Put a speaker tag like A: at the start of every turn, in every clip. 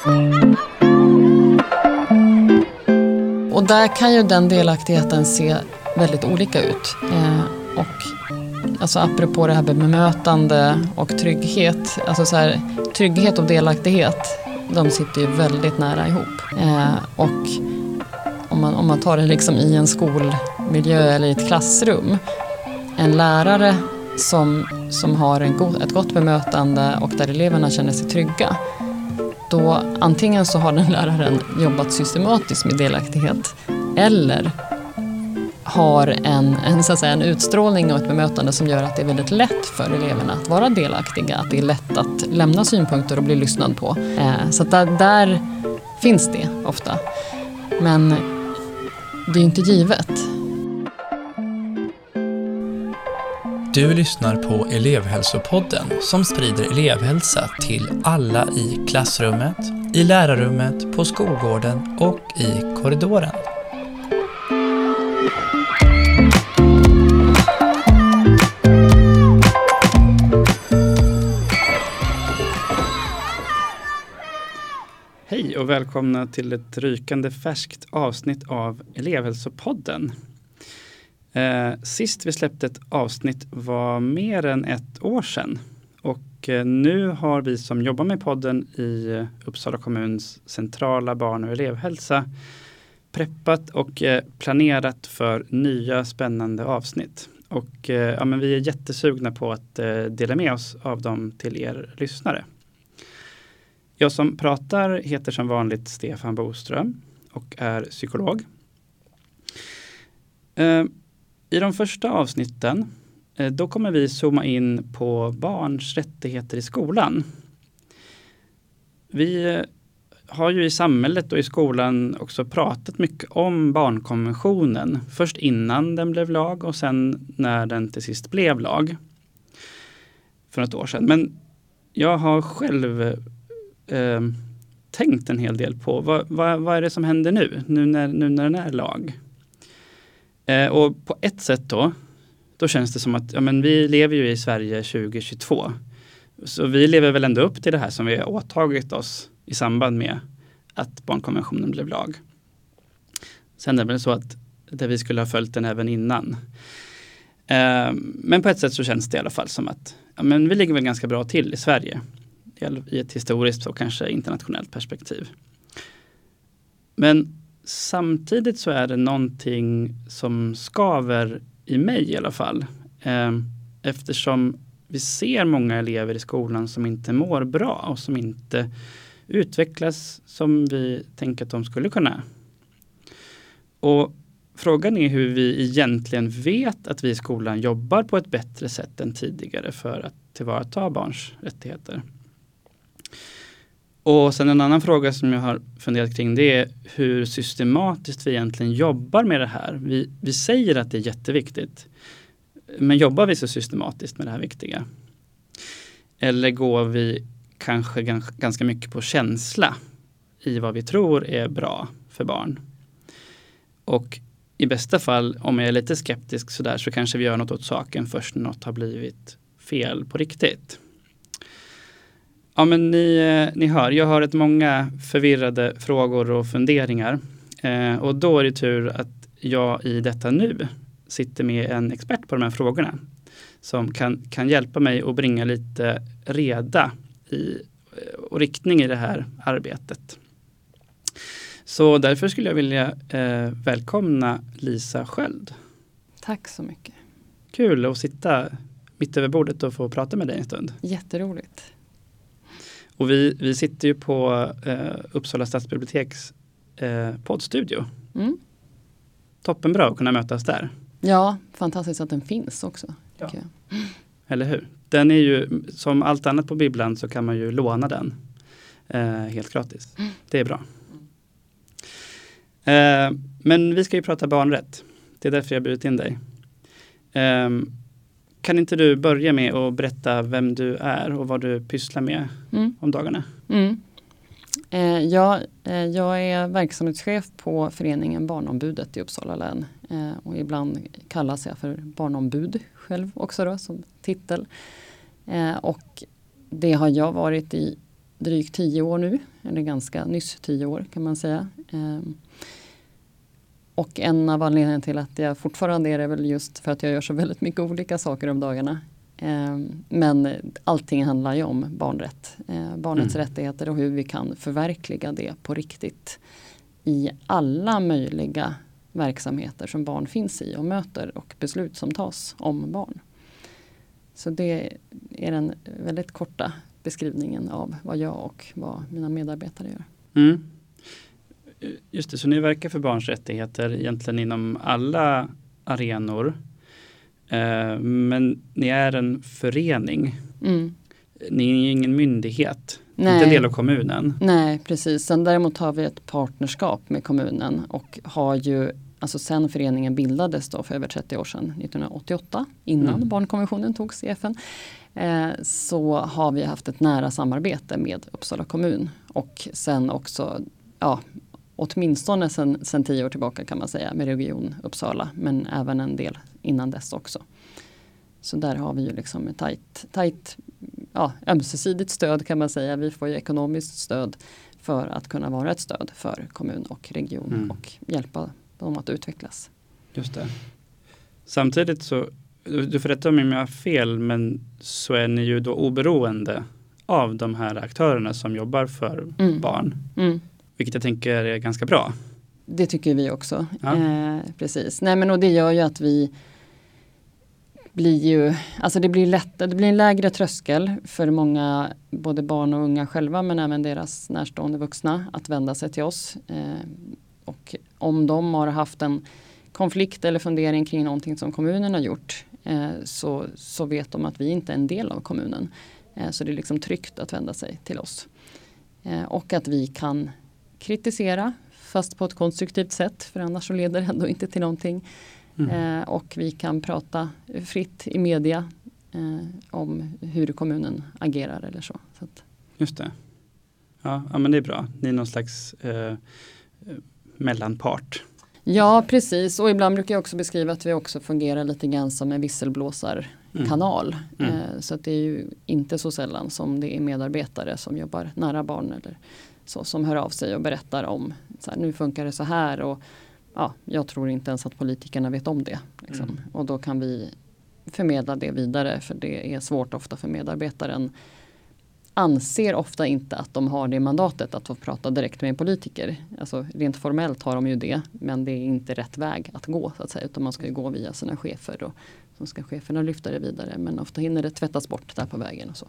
A: Och där kan ju den delaktigheten se väldigt olika ut. Och alltså apropå det här med bemötande och trygghet. Alltså så här, trygghet och delaktighet, de sitter ju väldigt nära ihop. Och om man tar det liksom i en skolmiljö eller i ett klassrum. En lärare som har ett gott bemötande och där eleverna känner sig trygga. Då antingen så har den läraren jobbat systematiskt med delaktighet eller har en utstrålning och ett bemötande som gör att det är väldigt lätt för eleverna att vara delaktiga. Att det är lätt att lämna synpunkter och bli lyssnad på. Så att där finns det ofta. Men det är inte givet.
B: Du lyssnar på elevhälsopodden som sprider elevhälsa till alla i klassrummet, i lärarrummet, på skolgården och i korridoren.
C: Hej och välkomna till ett rykande färskt avsnitt av elevhälsopodden. Sist vi släppte ett avsnitt var mer än ett år sedan. Och nu har vi som jobbar med podden i Uppsala kommuns centrala barn- och elevhälsa preppat och planerat för nya spännande avsnitt. Och men vi är jättesugna på att dela med oss av dem till er lyssnare. Jag som pratar heter som vanligt Stefan Boström och är psykolog. I de första avsnitten då kommer vi zooma in på barns rättigheter i skolan. Vi har ju i samhället och i skolan också pratat mycket om barnkonventionen. Först innan den blev lag och sen när den till sist blev lag. För ett år sedan. Men jag har själv tänkt en hel del på vad är det som händer nu när den är lag. Och på ett sätt då känns det som att vi lever ju i Sverige 2022. Så vi lever väl ändå upp till det här som vi har åtagit oss i samband med att barnkonventionen blev lag. Sen är det väl så att vi skulle ha följt den även innan. Men på ett sätt så känns det i alla fall som att vi ligger väl ganska bra till i Sverige. I ett historiskt och kanske internationellt perspektiv. Men samtidigt så är det någonting som skaver i mig i alla fall. Eftersom vi ser många elever i skolan som inte mår bra och som inte utvecklas som vi tänker att de skulle kunna. Och frågan är hur vi egentligen vet att vi i skolan jobbar på ett bättre sätt än tidigare för att tillvarata barns rättigheter. Och sen en annan fråga som jag har funderat kring, det är hur systematiskt vi egentligen jobbar med det här. Vi säger att det är jätteviktigt, men jobbar vi så systematiskt med det här viktiga? Eller går vi kanske ganska mycket på känsla i vad vi tror är bra för barn? Och i bästa fall, om jag är lite skeptisk så kanske vi gör något åt saken först när något har blivit fel på riktigt. Ja, men ni hör, jag har många förvirrade frågor och funderingar. Och då är det tur att jag i detta nu sitter med en expert på de här frågorna. Som kan hjälpa mig att bringa lite reda och riktning i det här arbetet. Så därför skulle jag vilja välkomna Lisa Sköld.
A: Tack så mycket.
C: Kul att sitta mitt över bordet och få prata med dig en stund.
A: Jätteroligt.
C: Och vi sitter ju på Uppsala stadsbiblioteks poddstudio. Toppenbra att kunna mötas där.
A: Ja, fantastiskt att den finns också.
C: Ja. Eller hur? Den är ju, som allt annat på bibblan så kan man ju låna den helt gratis. Det är bra. Men vi ska ju prata barnrätt. Det är därför jag bjudit in dig. Kan inte du börja med att berätta vem du är och vad du pysslar med om dagarna?
A: Jag är verksamhetschef på föreningen Barnombudet i Uppsala län. Och ibland kallas jag för barnombud själv också då, som titel. Och det har jag varit i drygt 10 år nu, eller ganska nyss 10 år kan man säga. Och en av anledningarna till att jag fortfarande är det väl just för att jag gör så väldigt mycket olika saker om dagarna. Men allting handlar ju om barnrätt. Barnets rättigheter och hur vi kan förverkliga det på riktigt i alla möjliga verksamheter som barn finns i och möter och beslut som tas om barn. Så det är den väldigt korta beskrivningen av vad jag och vad mina medarbetare gör.
C: Mm. Just det, så ni verkar för barns rättigheter egentligen inom alla arenor. Men ni är en förening.
A: Mm.
C: Ni är ingen myndighet.
A: Nej.
C: Inte en del av kommunen.
A: Nej, precis. Sen däremot har vi ett partnerskap med kommunen och har ju, alltså sen föreningen bildades då för över 30 år sedan, 1988, innan barnkonventionen togs i FN, så har vi haft ett nära samarbete med Uppsala kommun och sen också, åtminstone sen 10 år tillbaka kan man säga, med Region Uppsala, men även en del innan dess också. Så där har vi ju liksom ett tajt ömsesidigt stöd kan man säga. Vi får ju ekonomiskt stöd för att kunna vara ett stöd för kommun och region och hjälpa dem att utvecklas.
C: Just det. Samtidigt så, du får rätta mig om jag har fel, men så är ni ju då oberoende av de här aktörerna som jobbar för barn. Mm. Vilket jag tänker är ganska bra.
A: Det tycker vi också.
C: Ja.
A: Precis. Nej, men och det gör ju att vi blir ju, alltså det blir en lägre tröskel för många, både barn och unga själva men även deras närstående vuxna att vända sig till oss. Och om de har haft en konflikt eller fundering kring någonting som kommunen har gjort så vet de att vi inte är en del av kommunen. Så det är liksom tryggt att vända sig till oss. Och att vi kan kritisera fast på ett konstruktivt sätt, för annars så leder det ändå inte till någonting. Och vi kan prata fritt i media om hur kommunen agerar eller så.
C: Just det. Ja, men det är bra. Ni är någon slags mellanpart.
A: Ja, precis. Och ibland brukar jag också beskriva att vi också fungerar lite grann som en visselblåsarkanal. Så att det är ju inte så sällan som det är medarbetare som jobbar nära barn eller så, som hör av sig och berättar om så här, nu funkar det så här och jag tror inte ens att politikerna vet om det. Liksom. Och då kan vi förmedla det vidare, för det är svårt ofta för medarbetaren. Anser ofta inte att de har det mandatet att få prata direkt med en politiker. Alltså rent formellt har de ju det, men det är inte rätt väg att gå så att säga, utan man ska ju gå via sina chefer och så ska cheferna lyfta det vidare, men ofta hinner det tvättas bort där på vägen och så.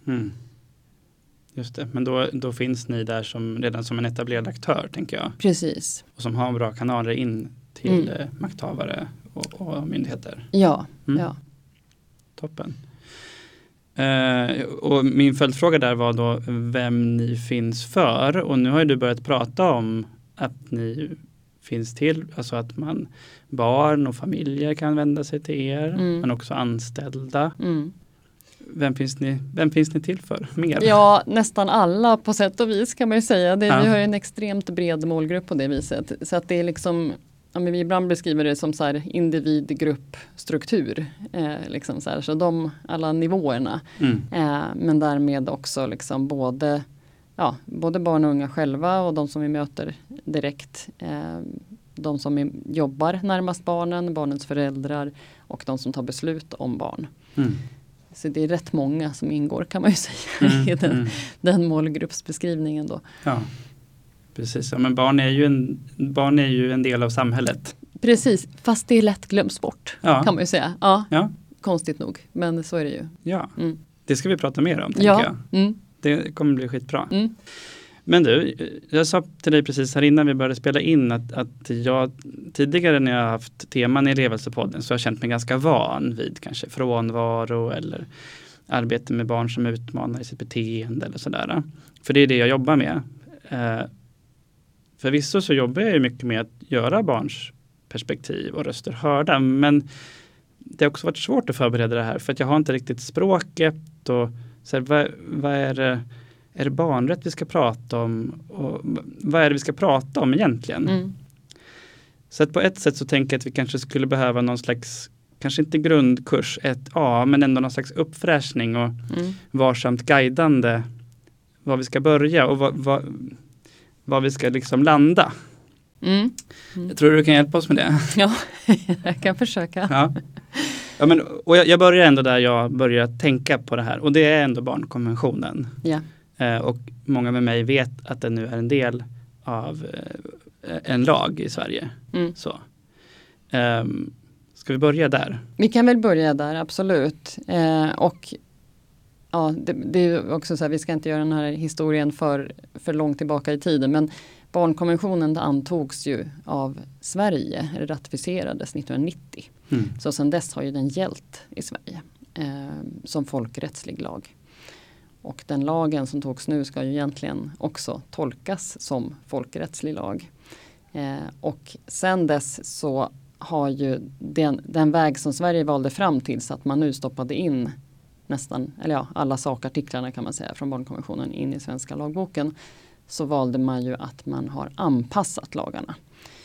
C: Just det, men då finns ni där redan som en etablerad aktör, tänker jag.
A: Precis.
C: Och som har bra kanaler in till makthavare och myndigheter.
A: Ja.
C: Toppen. Och min följdfråga där var då vem ni finns för. Och nu har ju du börjat prata om att ni finns till, alltså att barn och familjer kan vända sig till er, men också anställda. Vem finns ni till för mer? Ja,
A: nästan alla på sätt och vis kan man ju säga. Vi har ju en extremt bred målgrupp på det viset. Så att det är liksom, vi ibland beskriver det som så här individ-grupp-struktur. Liksom så här. Så alla nivåerna. Men därmed också liksom både barn och unga själva och de som vi möter direkt. De som jobbar närmast barnens föräldrar och de som tar beslut om barn. Så det är rätt många som ingår, kan man ju säga, i den målgruppsbeskrivningen då.
C: Ja, precis. Ja, men barn är ju en del av samhället.
A: Precis, fast det är lätt glöms bort, kan man ju säga. Ja. Konstigt nog, men så är det ju. Ja,
C: det ska vi prata mer om, tänker jag. Det kommer bli skitbra. Men du, jag sa till dig precis här innan vi började spela in att jag tidigare när jag har haft teman i Elevhälsopodden så har jag känt mig ganska van vid kanske frånvaro eller arbete med barn som utmanar i sitt beteende eller sådär. För det är det jag jobbar med. Förvisso så jobbar jag ju mycket med att göra barns perspektiv och röster hörda, men det har också varit svårt att förbereda det här för att jag har inte riktigt språket och så här, vad är det? Är det barnrätt vi ska prata om? Och vad är det vi ska prata om egentligen? Så att på ett sätt så tänker jag att vi kanske skulle behöva någon slags, kanske inte grundkurs 1A, men ändå någon slags uppfräschning och varsamt guidande var vi ska börja och var vi ska liksom landa. Jag tror du kan hjälpa oss med det.
A: Ja, jag kan försöka.
C: Ja, men, och jag börjar ändå där jag börjar tänka på det här. Och det är ändå barnkonventionen.
A: Ja.
C: Och många med mig vet att den nu är en del av en lag i Sverige. Så. Ska vi börja där?
A: Vi kan väl börja där, absolut. Och ja, det är också så här, vi ska inte göra den här historien för långt tillbaka i tiden, men barnkonventionen antogs ju av Sverige, ratificerades 1990. Så sedan dess har ju den gällt i Sverige som folkrättslig lag. Och den lagen som togs nu ska ju egentligen också tolkas som folkrättslig lag. Och sen dess så har ju den väg som Sverige valde fram till, så att man nu stoppade in nästan, eller ja, alla sakartiklarna kan man säga från barnkonventionen in i svenska lagboken, så valde man ju att man har anpassat lagarna.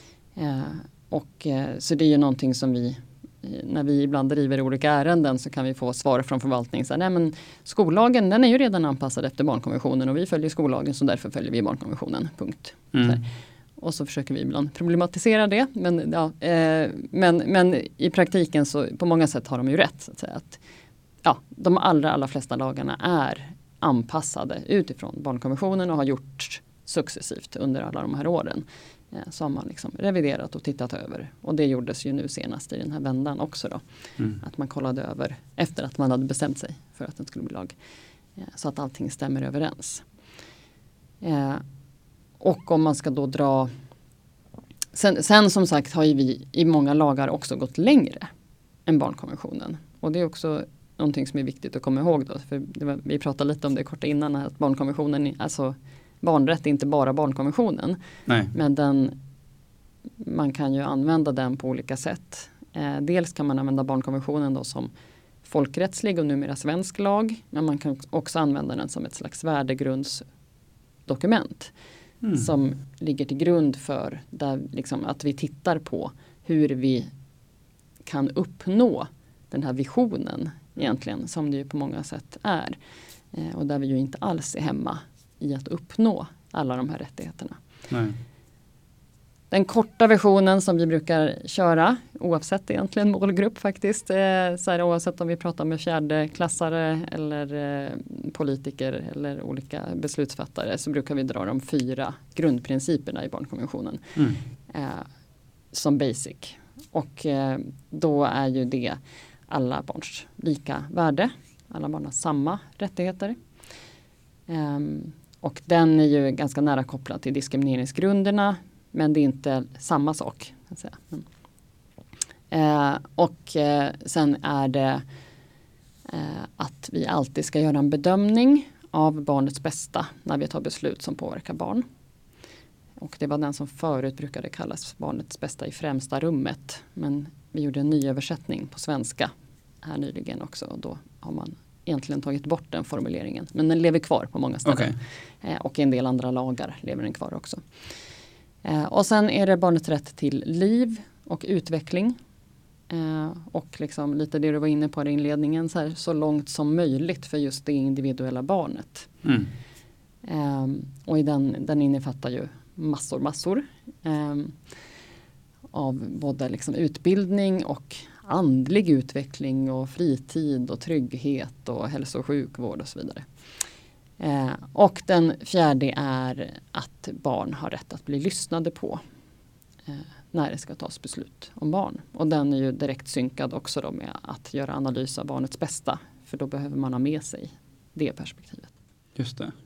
A: Så det är ju någonting som vi, när vi ibland driver olika ärenden, så kan vi få svar från förvaltningen. Så, nej, men skollagen, den är ju redan anpassad efter barnkonventionen och vi följer skollagen, så därför följer vi barnkonventionen, punkt. Och så försöker vi ibland problematisera det. Men i praktiken så på många sätt har de ju rätt. Så att säga, att, ja, de allra flesta lagarna är anpassade utifrån barnkonventionen och har gjort successivt under alla de här åren. Så har man liksom reviderat och tittat över. Och det gjordes ju nu senast i den här vändan också då. Att man kollade över efter att man hade bestämt sig för att den skulle bli lag. Så att allting stämmer överens. Och om man ska då dra... Sen som sagt har ju vi i många lagar också gått längre än barnkonventionen. Och det är också någonting som är viktigt att komma ihåg då. För vi pratade lite om det kort innan, att barnkonventionen, alltså barnrätt är inte bara barnkonventionen.
C: Nej.
A: Men man kan ju använda den på olika sätt. Dels kan man använda barnkonventionen då som folkrättslig och numera svensk lag. Men man kan också använda den som ett slags värdegrundsdokument. Som ligger till grund för där, liksom, att vi tittar på hur vi kan uppnå den här visionen egentligen, som det ju på många sätt är. Och där vi ju inte alls är hemma i att uppnå alla de här rättigheterna.
C: Nej.
A: Den korta versionen som vi brukar köra, oavsett egentligen målgrupp faktiskt, så här, oavsett om vi pratar med fjärdeklassare eller politiker eller olika beslutsfattare, så brukar vi dra de 4 grundprinciperna i barnkonventionen som basic. Och då är ju det alla barns lika värde, alla barn har samma rättigheter. Och den är ju ganska nära kopplad till diskrimineringsgrunderna, men det är inte samma sak. Att säga. Sen är det att vi alltid ska göra en bedömning av barnets bästa när vi tar beslut som påverkar barn. Och det var den som förut brukade kallas barnets bästa i främsta rummet. Men vi gjorde en ny översättning på svenska här nyligen också. Och då har man egentligen tagit bort den formuleringen. Men den lever kvar på många ställen. Okay. Och i en del andra lagar lever den kvar också. Och sen är det barnets rätt till liv och utveckling. Och liksom lite det du var inne på i inledningen. Så långt som möjligt för just det individuella barnet. Och i den innefattar ju massor. Av både liksom utbildning och andlig utveckling och fritid och trygghet och hälso- och sjukvård och så vidare. Och den 4:e är att barn har rätt att bli lyssnade på när det ska tas beslut om barn. Och den är ju direkt synkad också då med att göra analys av barnets bästa. För då behöver man ha med sig det perspektivet.
C: Just det.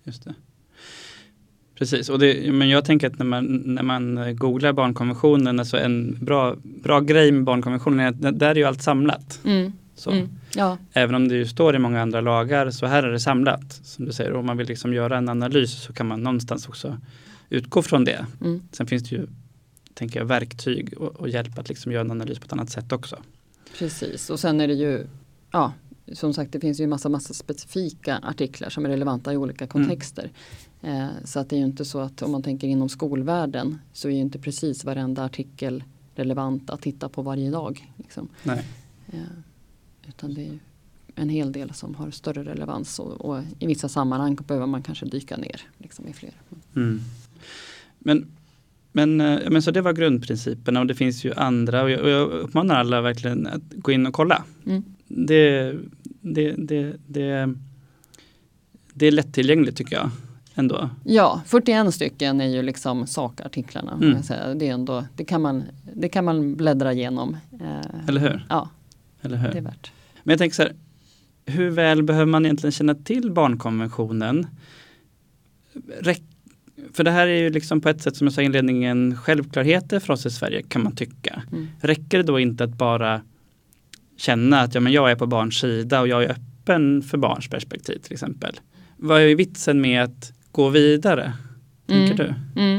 C: Precis, men jag tänker att när man googlar barnkonventionen, alltså en bra grej med barnkonventionen är att där är ju allt samlat.
A: Ja.
C: Även om det ju står i många andra lagar, så här är det samlat. Som du säger, om man vill liksom göra en analys så kan man någonstans också utgå från det. Sen finns det ju, tänker jag, verktyg och hjälp att liksom göra en analys på ett annat sätt också.
A: Precis, och sen är det ju, ja, som sagt, det finns ju massa specifika artiklar som är relevanta i olika kontexter. Så att det är ju inte så att om man tänker inom skolvärlden så är ju inte precis varenda artikel relevant att titta på varje dag. Liksom.
C: Nej.
A: Utan det är ju en hel del som har större relevans och i vissa sammanhang behöver man kanske dyka ner liksom i fler.
C: Men så det var grundprinciperna, och det finns ju andra, och jag uppmanar alla verkligen att gå in och kolla. Det är lättillgängligt tycker jag ändå.
A: Ja, 41 stycken är ju liksom sakartiklarna. Det är ändå, det kan man bläddra igenom.
C: Eller hur?
A: Ja,
C: eller hur?
A: Det är värt.
C: Men jag tänker så här, hur väl behöver man egentligen känna till barnkonventionen? För det här är ju liksom på ett sätt, som jag sa i inledningen, självklarheter för oss i Sverige, kan man tycka. Räcker det då inte att bara känna att jag är på barns sida och jag är öppen för barns perspektiv till exempel? Vad är vitsen med att gå vidare, tänker du?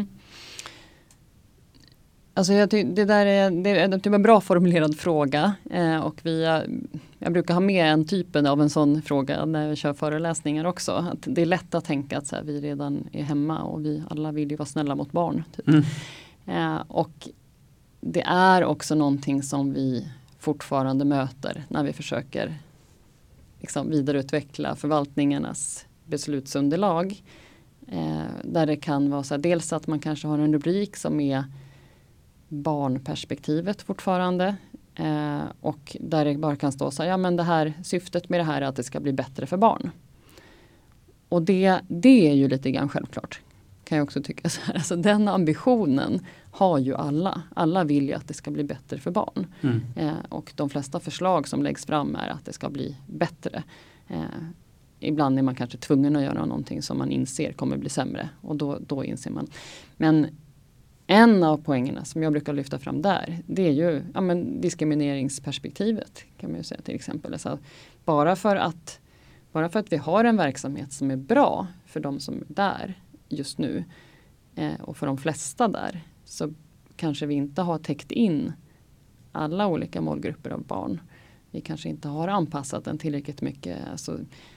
A: Alltså det är en bra formulerad fråga, och jag brukar ha med en typen av en sån fråga när jag kör föreläsningar också. Att det är lätt att tänka att så här, vi redan är hemma och vi alla vill ju vara snälla mot barn. Typ. Och det är också någonting som vi fortfarande möter när vi försöker liksom vidareutveckla förvaltningarnas beslutsunderlag. Där det kan vara så här, dels att man kanske har en rubrik som är barnperspektivet fortfarande, och där det bara kan stå så här, ja men det här, syftet med det här är att det ska bli bättre för barn. Och det är ju lite grann självklart, kan jag också tycka så här. Alltså den ambitionen har ju alla vill ju att det ska bli bättre för barn, och de flesta förslag som läggs fram är att det ska bli bättre. Ibland är man kanske tvungen att göra någonting som man inser kommer bli sämre, och då inser man. Men en av poängerna som jag brukar lyfta fram där, det är ju diskrimineringsperspektivet, kan man ju säga till exempel. Alltså, bara för att vi har en verksamhet som är bra för de som är där just nu, och för de flesta där, så kanske vi inte har täckt in alla olika målgrupper av barn. Vi kanske inte har anpassat den tillräckligt mycket. Alltså,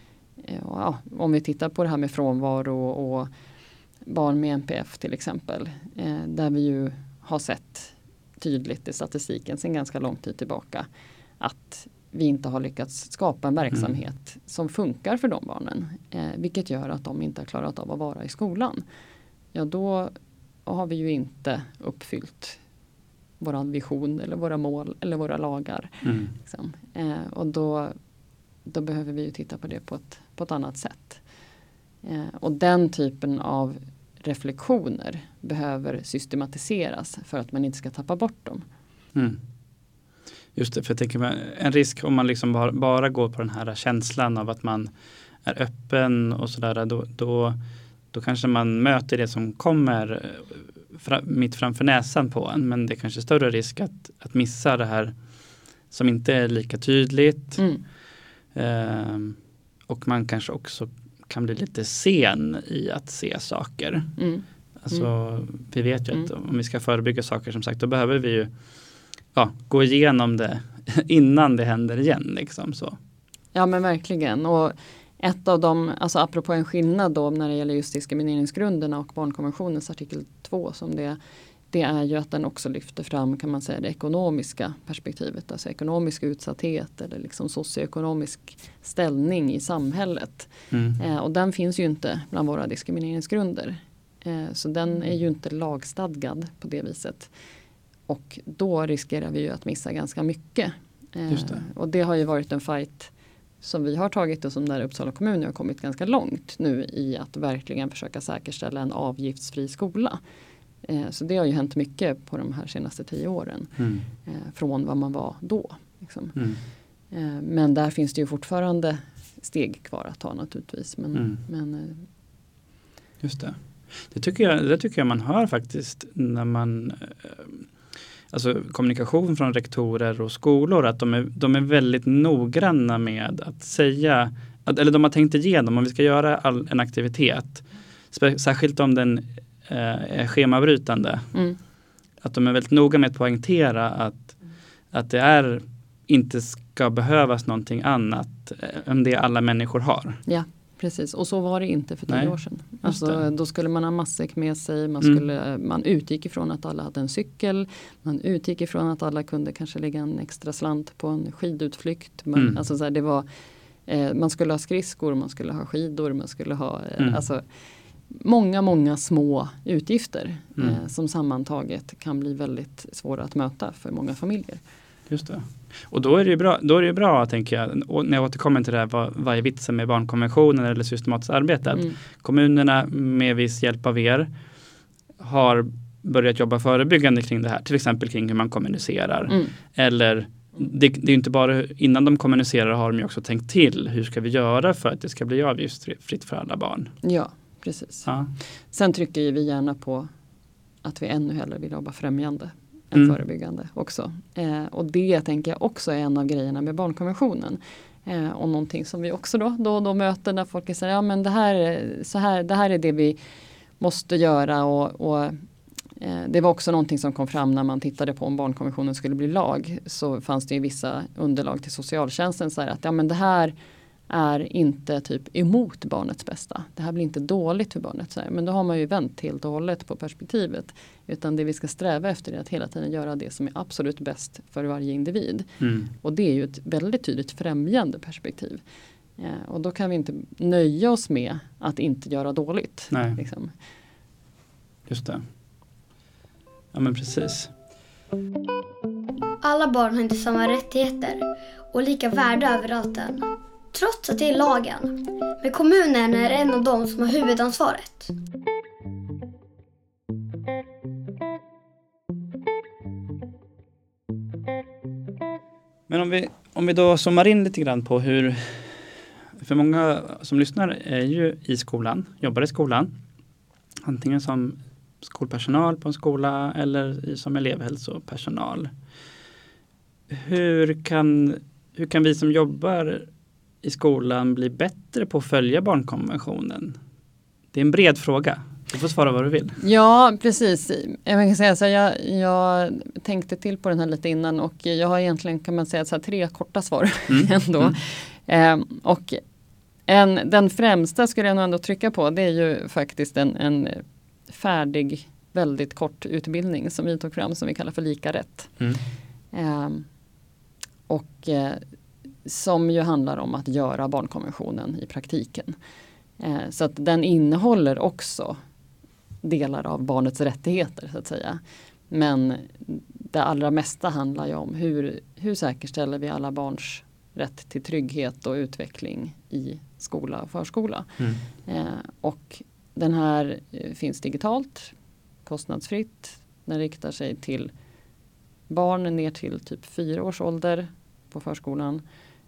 A: om vi tittar på det här med frånvaro och barn med NPF till exempel, där vi ju har sett tydligt i statistiken sedan ganska lång tid tillbaka att vi inte har lyckats skapa en verksamhet som funkar för de barnen, vilket gör att de inte har klarat av att vara i skolan. Ja, då har vi ju inte uppfyllt vår vision eller våra mål eller våra lagar. Liksom. Och då behöver vi ju titta på det på ett annat sätt. Och den typen av reflektioner behöver systematiseras för att man inte ska tappa bort dem.
C: Just det, för jag tänker en risk om man liksom bara går på den här känslan av att man är öppen och sådär, då kanske man möter det som kommer mitt framför näsan på en, men det är kanske större risk att missa det här som inte är lika tydligt. Och man kanske också kan bli lite sen i att se saker. Alltså, vi vet ju att om vi ska förebygga saker, som sagt, då behöver vi ju gå igenom det innan det händer igen. Liksom, så. Ja,
A: men verkligen. Och ett av dem, alltså apropå en skillnad då när det gäller just diskrimineringsgrunderna och barnkonventionens artikel 2, som det är ju att den också lyfter fram, kan man säga, det ekonomiska perspektivet. Alltså ekonomisk utsatthet eller liksom socioekonomisk ställning i samhället. Och den finns ju inte bland våra diskrimineringsgrunder. Så den är ju inte lagstadgad på det viset. Och då riskerar vi ju att missa ganska mycket.
C: Just det.
A: Och det har ju varit en fight som vi har tagit och som där Uppsala kommun har kommit ganska långt nu i att verkligen försöka säkerställa en avgiftsfri skola. Så det har ju hänt mycket på de här senaste 10 åren. Från vad man var då. Liksom. Men där finns det ju fortfarande steg kvar att ta naturligtvis. Men
C: just det. Det tycker jag man hör faktiskt när man... Alltså kommunikation från rektorer och skolor, att de är väldigt noggranna med att säga, eller de har tänkt igenom om vi ska göra en aktivitet, särskilt om den är schemabrytande, att de är väldigt noga med att poängtera att det inte ska behövas någonting annat än det alla människor har.
A: Ja, precis. Och så var det inte för 10 år sedan. Alltså, då skulle man ha matsäck med sig. Man utgick ifrån att alla hade en cykel. Man utgick ifrån att alla kunde kanske lägga en extra slant på en skidutflykt. Alltså, så här, Man skulle ha skridskor, man skulle ha skidor, man skulle ha alltså, många små utgifter som sammantaget kan bli väldigt svåra att möta för många familjer.
C: Just det. Och då är det ju bra, tänker jag, och när jag återkommer till det här, vad är vitsen med barnkonventionen eller systematiskt arbete? Att kommunerna med viss hjälp av er har börjat jobba förebyggande kring det här, till exempel kring hur man kommunicerar. Eller det är inte bara innan de kommunicerar har de ju också tänkt till, hur ska vi göra för att det ska bli avgiftsfritt för alla barn?
A: Ja, precis.
C: Ja.
A: Sen trycker ju vi gärna på att vi ännu hellre vill jobba främjande än förebyggande också. Och det tänker jag också är en av grejerna med barnkonventionen. Och någonting som vi också då möter när folk säger, ja men det här är det vi måste göra och det var också någonting som kom fram när man tittade på om barnkonventionen skulle bli lag. Så fanns det ju vissa underlag till socialtjänsten så här att ja men det här är inte typ emot barnets bästa. Det här blir inte dåligt för barnet. Så här. Men då har man ju vänt helt och hållet på perspektivet. Utan det vi ska sträva efter är att hela tiden göra det som är absolut bäst för varje individ. Och det är ju ett väldigt tydligt främjande perspektiv. Och då kan vi inte nöja oss med att inte göra dåligt.
C: Nej.
A: Liksom.
C: Just det. Ja men precis.
D: Alla barn har inte samma rättigheter och lika värde överallt än. Trots att det är lagen. Men kommunen är en av dem som har huvudansvaret.
C: Men om vi då zoomar in lite grann på hur, för många som lyssnar är ju i skolan, jobbar i skolan. Antingen som skolpersonal på en skola eller som elevhälsopersonal. Hur kan vi som jobbar i skolan bli bättre på att följa barnkonventionen? Det är en bred fråga. Du får svara vad du vill.
A: Ja, precis. Jag kan säga så jag tänkte till på den här lite innan och jag har egentligen, kan man säga, så här 3 korta svar ändå. Och den främsta skulle jag nog ändå trycka på, det är ju faktiskt en färdig, väldigt kort utbildning som vi tog fram som vi kallar för lika rätt. Och som ju handlar om att göra barnkonventionen i praktiken. Så att den innehåller också delar av barnets rättigheter så att säga. Men det allra mesta handlar ju om hur säkerställer vi alla barns rätt till trygghet och utveckling i skola och förskola. Och den här finns digitalt, kostnadsfritt. Den riktar sig till barn ner till typ 4 års ålder på förskolan.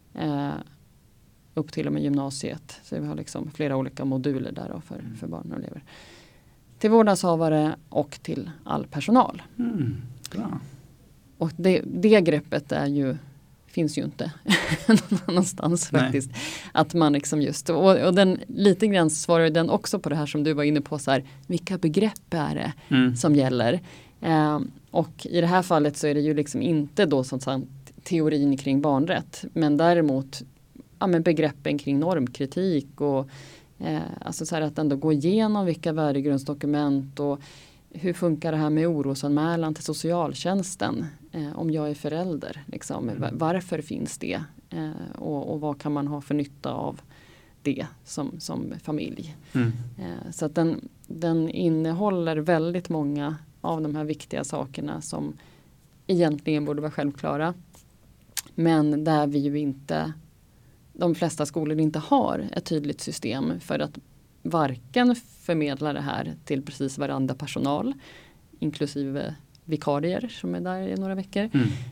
A: Upp till och med gymnasiet. Så vi har liksom flera olika moduler där för barn och elever. Till vårdnadshavare och till all personal.
C: Bra.
A: Och det greppet finns ju inte någon annanstans faktiskt. Att man liksom just, och den lite grann svarar den också på det här som du var inne på, så här, vilka begrepp är det som gäller? Och i det här fallet så är det ju liksom inte då som teorin kring barnrätt, men däremot begreppen kring normkritik och alltså så här att ändå gå igenom vilka värdegrundsdokument och hur funkar det här med orosanmälan till socialtjänsten om jag är förälder. Liksom, varför finns det? Och vad kan man ha för nytta av det som familj? Så att den innehåller väldigt många av de här viktiga sakerna som egentligen borde vara självklara. Men där vi ju inte, de flesta skolor inte har ett tydligt system för att varken förmedla det här till precis varandra personal, inklusive vikarier som är där i några veckor.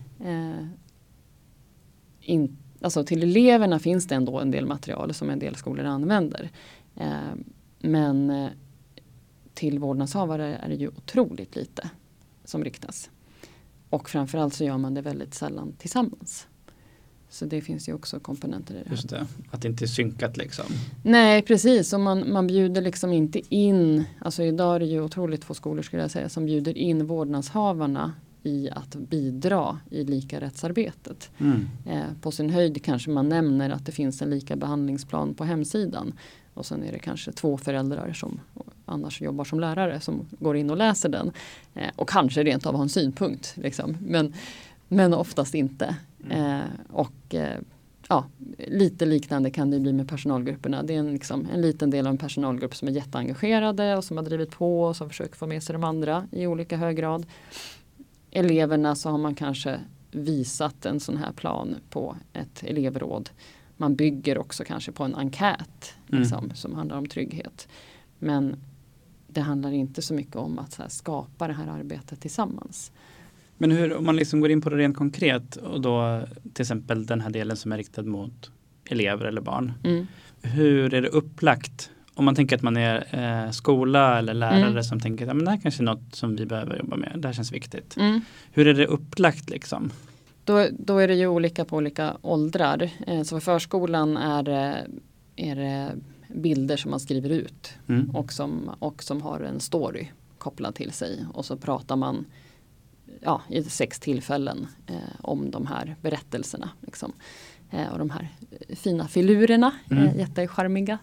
A: Alltså till eleverna finns det ändå en del material som en del skolor använder. Men till vårdnadshavare är det ju otroligt lite som riktas. Och framförallt så gör man det väldigt sällan tillsammans. Så det finns ju också komponenter i det.
C: Just det, att det inte är synkat liksom.
A: Nej, precis. Och man bjuder liksom inte in, alltså idag är det ju otroligt få skolor skulle jag säga som bjuder in vårdnadshavarna i att bidra i lika rättsarbetet. På sin höjd kanske man nämner att det finns en lika behandlingsplan på hemsidan. Och sen är det kanske 2 föräldrar som annars jobbar som lärare som går in och läser den. Och kanske rent av har en synpunkt. Liksom. Men oftast inte. lite liknande kan det bli med personalgrupperna. Det är en liten del av en personalgrupp som är jätteengagerade och som har drivit på och som försöker få med sig de andra i olika hög grad. Eleverna så har man kanske visat en sån här plan på ett elevråd. Man bygger också kanske på en enkät som handlar om trygghet. Men det handlar inte så mycket om att så här, skapa det här arbetet tillsammans.
C: Men om man liksom går in på det rent konkret och då till exempel den här delen som är riktad mot elever eller barn. Hur är det upplagt? Om man tänker att man är skola eller lärare som tänker att det här kanske är något som vi behöver jobba med. Det här känns viktigt. Hur är det upplagt liksom?
A: Då är det ju olika på olika åldrar. Så för förskolan är det bilder som man skriver ut och som har en story kopplad till sig. Och så pratar man i 6 tillfällen om de här berättelserna. Liksom. Och de här fina filurerna, jättecharmiga.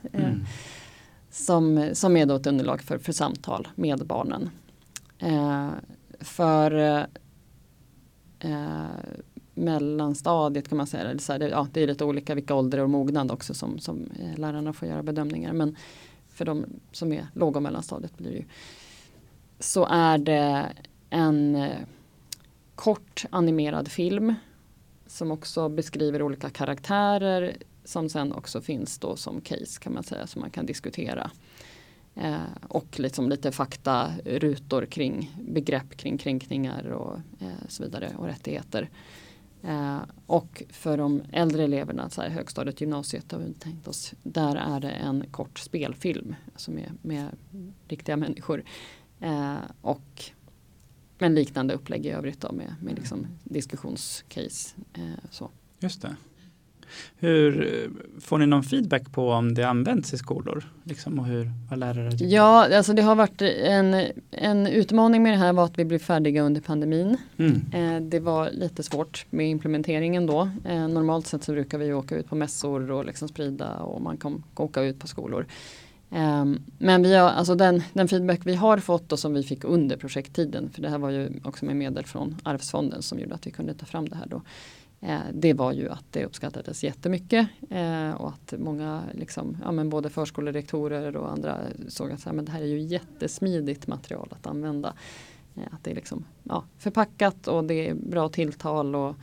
A: Som är då ett underlag för samtal med barnen. För mellanstadiet kan man säga. Det är lite olika vilka ålder och mognad också som lärarna får göra bedömningar. Men för de som är låg- och mellanstadiet blir det ju. Så är det en kort animerad film som också beskriver olika karaktärer som sen också finns då som case kan man säga som man kan diskutera. Och liksom lite faktarutor kring begrepp kring kränkningar och så vidare och rättigheter. Och för de äldre eleverna, så här, högstadiet, gymnasiet har vi tänkt oss, där är det en kort spelfilm alltså med riktiga människor. Och en liknande upplägg i övrigt då med liksom diskussionscase. Så.
C: Just det. Hur får ni någon feedback på om det används i skolor? Liksom, och vad lärare tycker?
A: Ja, alltså det har varit en utmaning med det här var att vi blev färdiga under pandemin. Det var lite svårt med implementeringen då. Normalt sett så brukar vi åka ut på mässor och liksom sprida och man kan åka ut på skolor. Men vi har, alltså den feedback vi har fått och som vi fick under projekttiden, för det här var ju också med medel från Arvsfonden som gjorde att vi kunde ta fram det här då. Det var ju att det uppskattades jättemycket och att många liksom, både förskolerektorer och andra såg att men det här är ju jättesmidigt material att använda. Att det är liksom, förpackat och det är bra tilltal och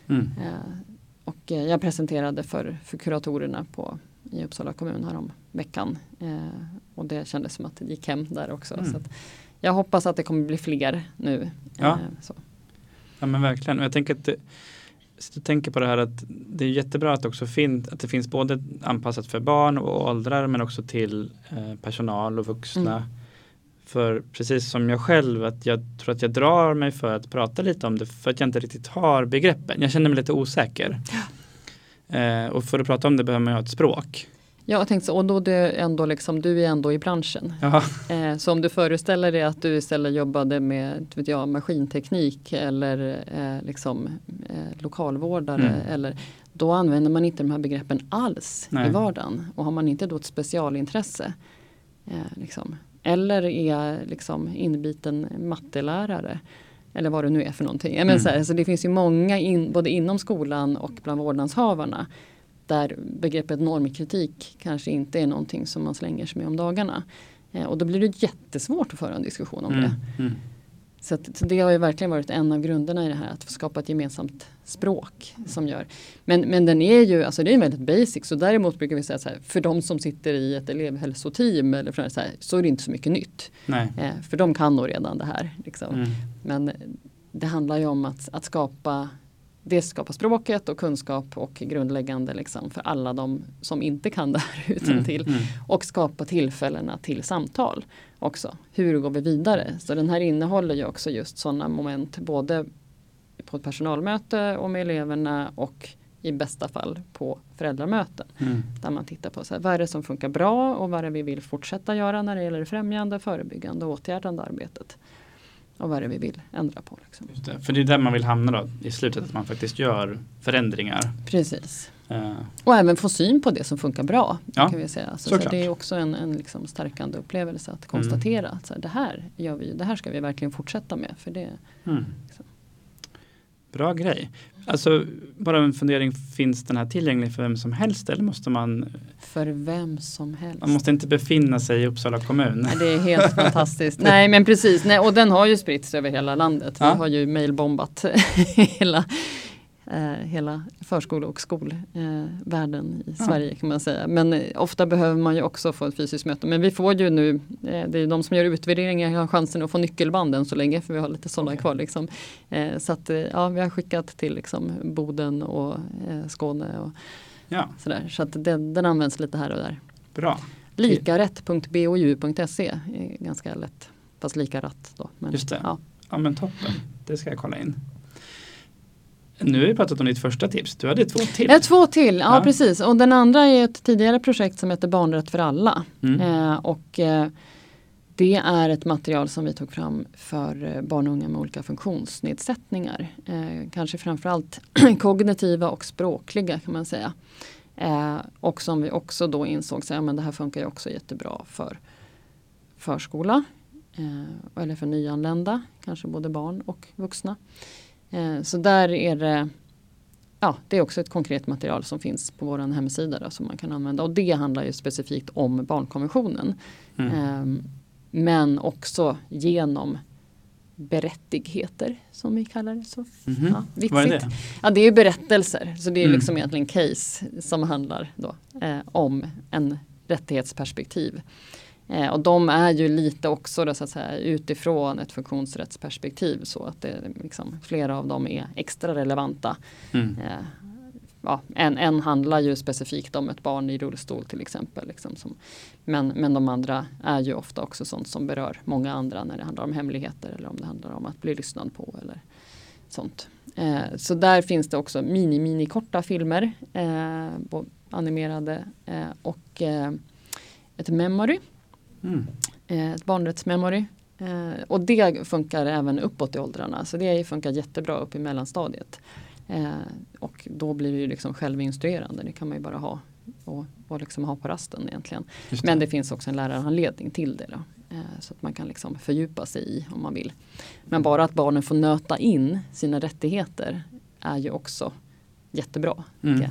A: jag presenterade för kuratorerna i Uppsala kommun här om veckan och det kändes som att det gick hem där också. Så att jag hoppas att det kommer bli fler nu. Så.
C: Ja men verkligen, och jag tänker på det här att det är jättebra att också att det finns både anpassat för barn och åldrar men också till personal och vuxna. För precis som jag själv, att jag tror att jag drar mig för att prata lite om det för att jag inte riktigt har begreppen. Jag känner mig lite osäker. Och för att prata om det behöver man ju ha ett språk.
A: Ja, jag tänkte så, och då du är ändå i branschen. Så om du föreställer dig att du istället jobbade med maskinteknik eller lokalvårdare eller då använder man inte de här begreppen alls i vardagen. Och har man inte då ett specialintresse eller är inbiten mattelärare eller vad det nu är för någonting. Men så det finns ju många både inom skolan och bland vårdnadshavarna där begreppet normkritik kanske inte är någonting som man slänger sig med om dagarna. Och då blir det jättesvårt att föra en diskussion om det. Så det har ju verkligen varit en av grunderna i det här, att få skapa ett gemensamt språk som gör. Men den är ju, alltså det är väldigt basic, så däremot brukar vi säga så här, för de som sitter i ett elevhälsoteam eller så är det inte så mycket nytt. För de kan nog redan det här. Men det handlar ju om att skapa språket och kunskap och grundläggande för alla de som inte kan det här utan till. Och skapa tillfällena till samtal också. Hur går vi vidare? Så den här innehåller ju också just sådana moment både på ett personalmöte och med eleverna och i bästa fall på föräldramöten. Där man tittar på vad är det som funkar bra och vad är det vi vill fortsätta göra när det gäller främjande, förebyggande och åtgärdande arbetet. Och vad är det vi vill ändra på.
C: Just det, för det är där man vill hamna då, i slutet, att man faktiskt gör förändringar.
A: Precis. Och även få syn på det som funkar bra. Kan vi säga. Så det är också en stärkande upplevelse att konstatera att det här gör vi, det här ska vi verkligen fortsätta med. För det,
C: Bra grej. Alltså bara en fundering, finns den här tillgänglig för vem som helst eller måste man?
A: För vem som helst.
C: Man måste inte befinna sig i Uppsala kommun.
A: Nej, det är helt fantastiskt. Nej, men precis. Nej, och den har ju spritts över hela landet. Vi har ju mailbombat hela förskole- och skolvärlden i Sverige kan man säga. Men ofta behöver man ju också få ett fysiskt möte. Men vi får ju nu, det är de som gör utvärderingar har chansen att få nyckelbanden så länge för vi har lite sådana kvar. Liksom. Så att vi har skickat till liksom, Boden och Skåne och sådär. Så att den används lite här och där.
C: Bra.
A: Likarätt.bou.se är ganska lätt, fast lika rätt då. Men,
C: just det. Ja men toppen, det ska jag kolla in. Nu har vi pratat om ditt första tips. Du hade 2 till.
A: Ja, 2 till. Ja, precis. Och den andra är ett tidigare projekt som heter Barnrätt för alla. Det är ett material som vi tog fram för barn och unga med olika funktionsnedsättningar. Kanske framförallt kognitiva och språkliga kan man säga. Och som vi också då insåg att det här funkar ju också jättebra för förskola. Eller för nyanlända. Kanske både barn och vuxna. Så där är det är också ett konkret material som finns på vår hemsida då, som man kan använda. Och det handlar ju specifikt om barnkonventionen. Men också genom berättigheter som vi kallar det så.
C: Vad är det?
A: Ja, det är berättelser. Så det är liksom egentligen case som handlar då, om en rättighetsperspektiv. Och de är ju lite också då, så att säga, utifrån ett funktionsrättsperspektiv så att det, liksom, flera av dem är extra relevanta. En handlar ju specifikt om ett barn i rullstol till exempel. Liksom, men de andra är ju ofta också sånt som berör många andra när det handlar om hemligheter eller om det handlar om att bli lyssnad på eller sånt. Så där finns det också mini korta filmer, animerade och ett memory. Ett barnrättsmemory. Och det funkar även uppåt i åldrarna. Så det funkar jättebra upp i mellanstadiet. Och då blir det ju liksom självinstruerande. Det kan man ju bara ha och liksom ha på rasten egentligen. Men det finns också en lärarhandledning till det då. Så att man kan liksom fördjupa sig i om man vill. Men bara att barnen får nöta in sina rättigheter är ju också jättebra.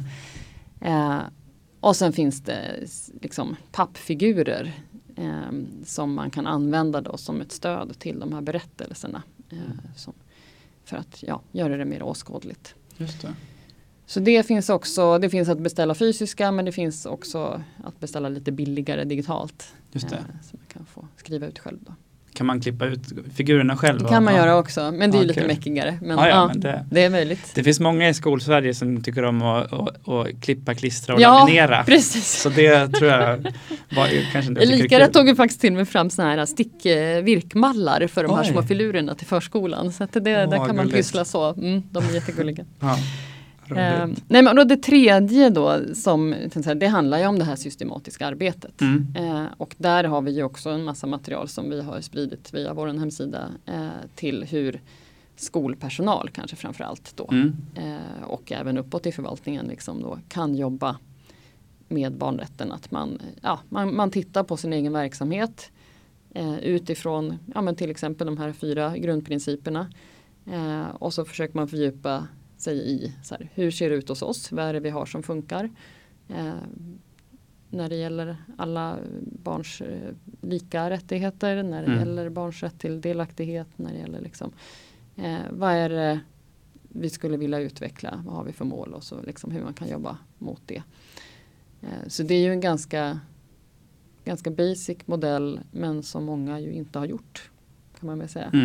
A: Och sen finns det liksom pappfigurer som man kan använda då som ett stöd till de här berättelserna. För att göra det mer åskådligt.
C: Just det.
A: Så det finns också, det finns att beställa fysiska men det finns också att beställa lite billigare digitalt.
C: Just det.
A: Så man kan få skriva ut själv då.
C: Kan man klippa ut figurerna själv?
A: Det kan man göra också, men det är ju lite mäckigare. Men, men det är möjligt.
C: Det finst många i Skolsverige som tycker om att klippa, klistra och laminera.
A: Precis.
C: Så det tror jag kanske inte
A: Lika rätt tog vi faktiskt till med fram såna här stickvirkmallar för de här små filurerna till förskolan. Så att där kan man pyssla så. De är jättegulliga. Nej, men då det tredje då det handlar ju om det här systematiska arbetet. Och där har vi ju också en massa material som vi har spridit via vår hemsida till hur skolpersonal kanske framförallt då och även uppåt i förvaltningen liksom då kan jobba med barnrätten. Att man tittar på sin egen verksamhet utifrån till exempel de här 4 grundprinciperna och så försöker man fördjupa sig i hur ser det ut hos oss, vad är det vi har som funkar när det gäller alla barns lika rättigheter, när det gäller barns rätt till delaktighet, när det gäller liksom, vad är det vi skulle vilja utveckla, vad har vi för mål och så liksom hur man kan jobba mot det. Så det är ju en ganska basic modell men som många ju inte har gjort kan man väl säga.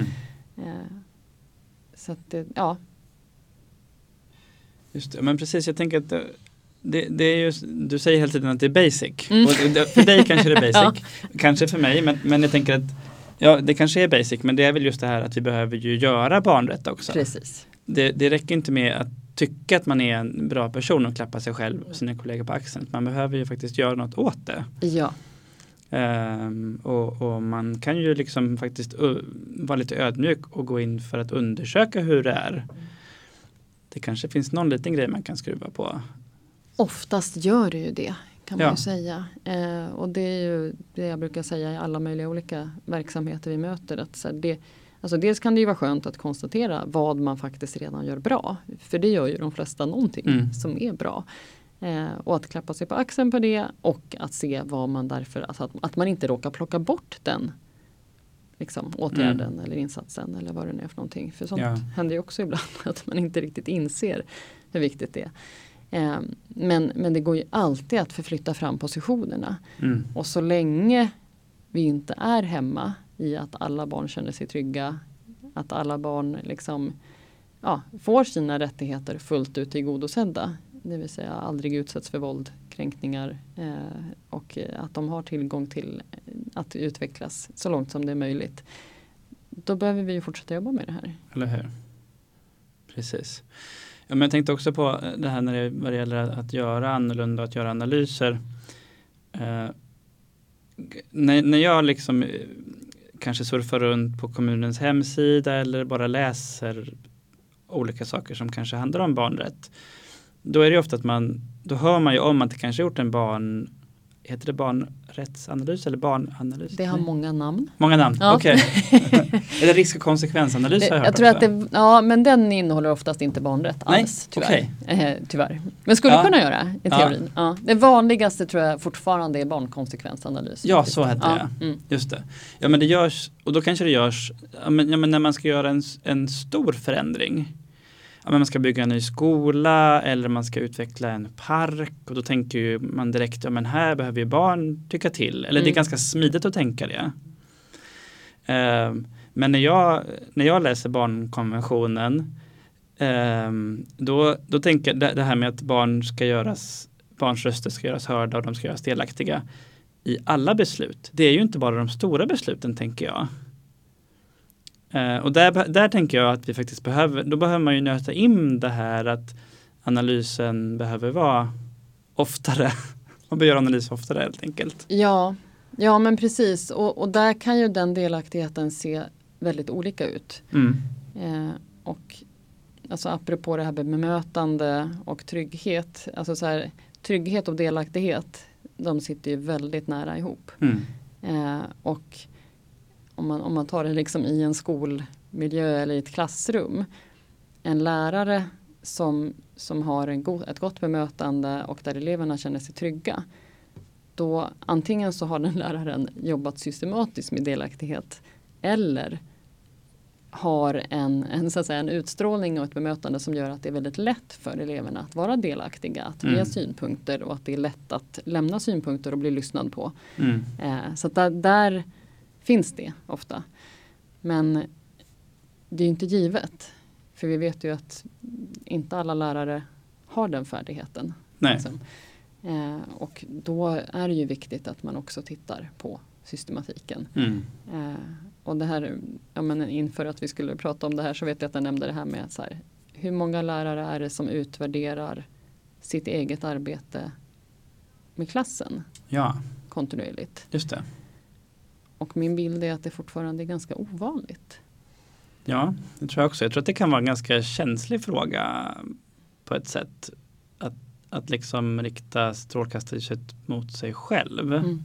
A: Så att
C: Just det, men precis, jag tänker att det är ju, du säger hela tiden att det är basic. Och för dig kanske det är basic, kanske för mig, men jag tänker att det kanske är basic, men det är väl just det här att vi behöver ju göra barnrätt också.
A: Precis.
C: Det räcker inte med att tycka att man är en bra person och klappa sig själv och sina kollegor på axeln. Man behöver ju faktiskt göra något åt det.
A: Ja.
C: Och man kan ju liksom faktiskt vara lite ödmjuk och gå in för att undersöka hur det är. Det kanske finns någon liten grej man kan skruva på.
A: Oftast gör det ju det kan man ju säga. Och det är ju det jag brukar säga i alla möjliga olika verksamheter vi möter. Alltså dels kan det ju vara skönt att konstatera vad man faktiskt redan gör bra. För det gör ju de flesta någonting som är bra. Och att klappa sig på axeln på det och att se vad man därför, alltså att man inte råkar plocka bort den liksom, åtgärden eller insatsen eller vad det är för någonting. För sånt händer ju också ibland att man inte riktigt inser hur viktigt det är. Men det går ju alltid att förflytta fram positionerna. Och så länge vi inte är hemma i att alla barn känner sig trygga, att alla barn liksom, får sina rättigheter fullt ut tillgodosedda. Det vill säga aldrig utsätts för våld, kränkningar och att de har tillgång till att utvecklas så långt som det är möjligt. Då behöver vi ju fortsätta jobba med det här.
C: Eller hur? Precis. Ja, men jag tänkte också på det här vad det gäller att göra annorlunda och att göra analyser. När jag liksom kanske surfar runt på kommunens hemsida eller bara läser olika saker som kanske handlar om barnrätt. Då är det ofta att då hör man ju om att det kanske gjort en heter det barnrättsanalys eller barnanalys?
A: Det har många namn.
C: Många namn,
A: ja.
C: Okej. Är det risk- och konsekvensanalys har jag hört
A: tror
C: också.
A: att men den innehåller oftast inte barnrätt alls, tyvärr.
C: Okay.
A: Tyvärr. Men skulle kunna göra i teorin. Ja. Det vanligaste tror jag fortfarande är barnkonsekvensanalys.
C: Ja, så heter det. Just det. Ja, men det görs, och då kanske det görs, men när man ska göra en stor förändring. Men man ska bygga en ny skola eller man ska utveckla en park och då tänker ju man direkt, men här behöver ju barn tycka till. Eller det är ganska smidigt att tänka det. Men när jag läser barnkonventionen då tänker jag det här med att barns röster ska göras hörda och de ska göras delaktiga i alla beslut. Det är ju inte bara de stora besluten, tänker jag. Och där tänker jag att vi faktiskt behöver man ju nöta in det här att analysen behöver vara oftare. Man behöver göra analys oftare helt enkelt.
A: Ja men precis. Och där kan ju den delaktigheten se väldigt olika ut. Och alltså apropå det här med bemötande och trygghet. Alltså så här, trygghet och delaktighet, de sitter ju väldigt nära ihop. Och om man tar det liksom i en skolmiljö eller i ett klassrum. En lärare som har ett gott bemötande och där eleverna känner sig trygga. Då antingen så har den läraren jobbat systematiskt med delaktighet eller har en utstrålning och ett bemötande som gör att det är väldigt lätt för eleverna att vara delaktiga, att ge synpunkter och att det är lätt att lämna synpunkter och bli lyssnad på. Så att där finns det ofta. Men det är inte givet. För vi vet ju att inte alla lärare har den färdigheten.
C: Nej.
A: Liksom. Och då är det ju viktigt att man också tittar på systematiken. Och det här, inför att vi skulle prata om det här så vet jag att jag nämnde det här med så här, hur många lärare är det som utvärderar sitt eget arbete med klassen kontinuerligt.
C: Just det.
A: Och min bild är att det fortfarande är ganska ovanligt.
C: Ja, det tror jag också. Jag tror att det kan vara en ganska känslig fråga på ett sätt. Att liksom rikta strålkastarljuset mot sig själv.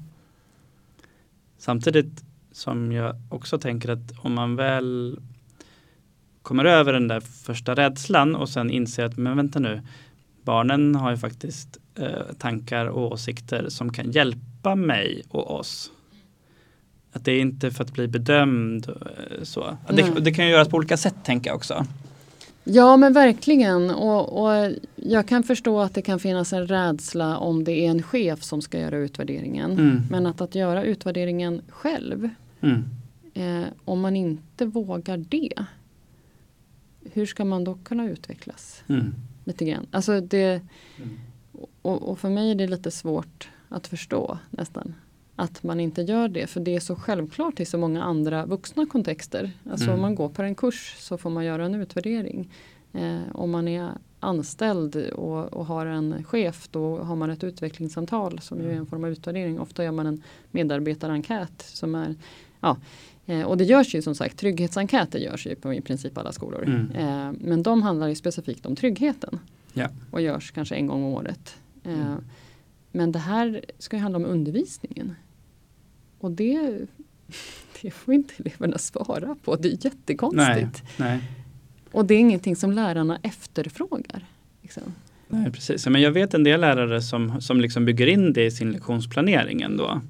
C: Samtidigt som jag också tänker att om man väl kommer över den där första rädslan och sen inser att men vänta nu, barnen har ju faktiskt tankar och åsikter som kan hjälpa mig och oss. Att det är inte för att bli bedömd så. Det kan ju göras på olika sätt, tänker jag också.
A: Ja, men verkligen. Och jag kan förstå att det kan finnas en rädsla om det är en chef som ska göra utvärderingen. Men att göra utvärderingen själv, om man inte vågar det, hur ska man då kunna utvecklas? Lite grann. Alltså och för mig är det lite svårt att förstå nästan. Att man inte gör det. För det är så självklart i så många andra vuxna kontexter. Alltså om man går på en kurs så får man göra en utvärdering. Om man är anställd och har en chef, då har man ett utvecklingssamtal som ju är en form av utvärdering. Ofta gör man en medarbetarenkät som är... och det görs ju som sagt, trygghetsenkäter görs ju på i princip alla skolor. Men de handlar ju specifikt om tryggheten. Och görs kanske en gång om året. Men det här ska ju handla om undervisningen. Och det det får inte eleverna svara på. Det är jättekonstigt.
C: Nej.
A: Och det är ingenting som lärarna efterfrågar. Liksom.
C: Nej, precis. Men jag vet en del lärare som liksom bygger in det i sin lektionsplanering ändå.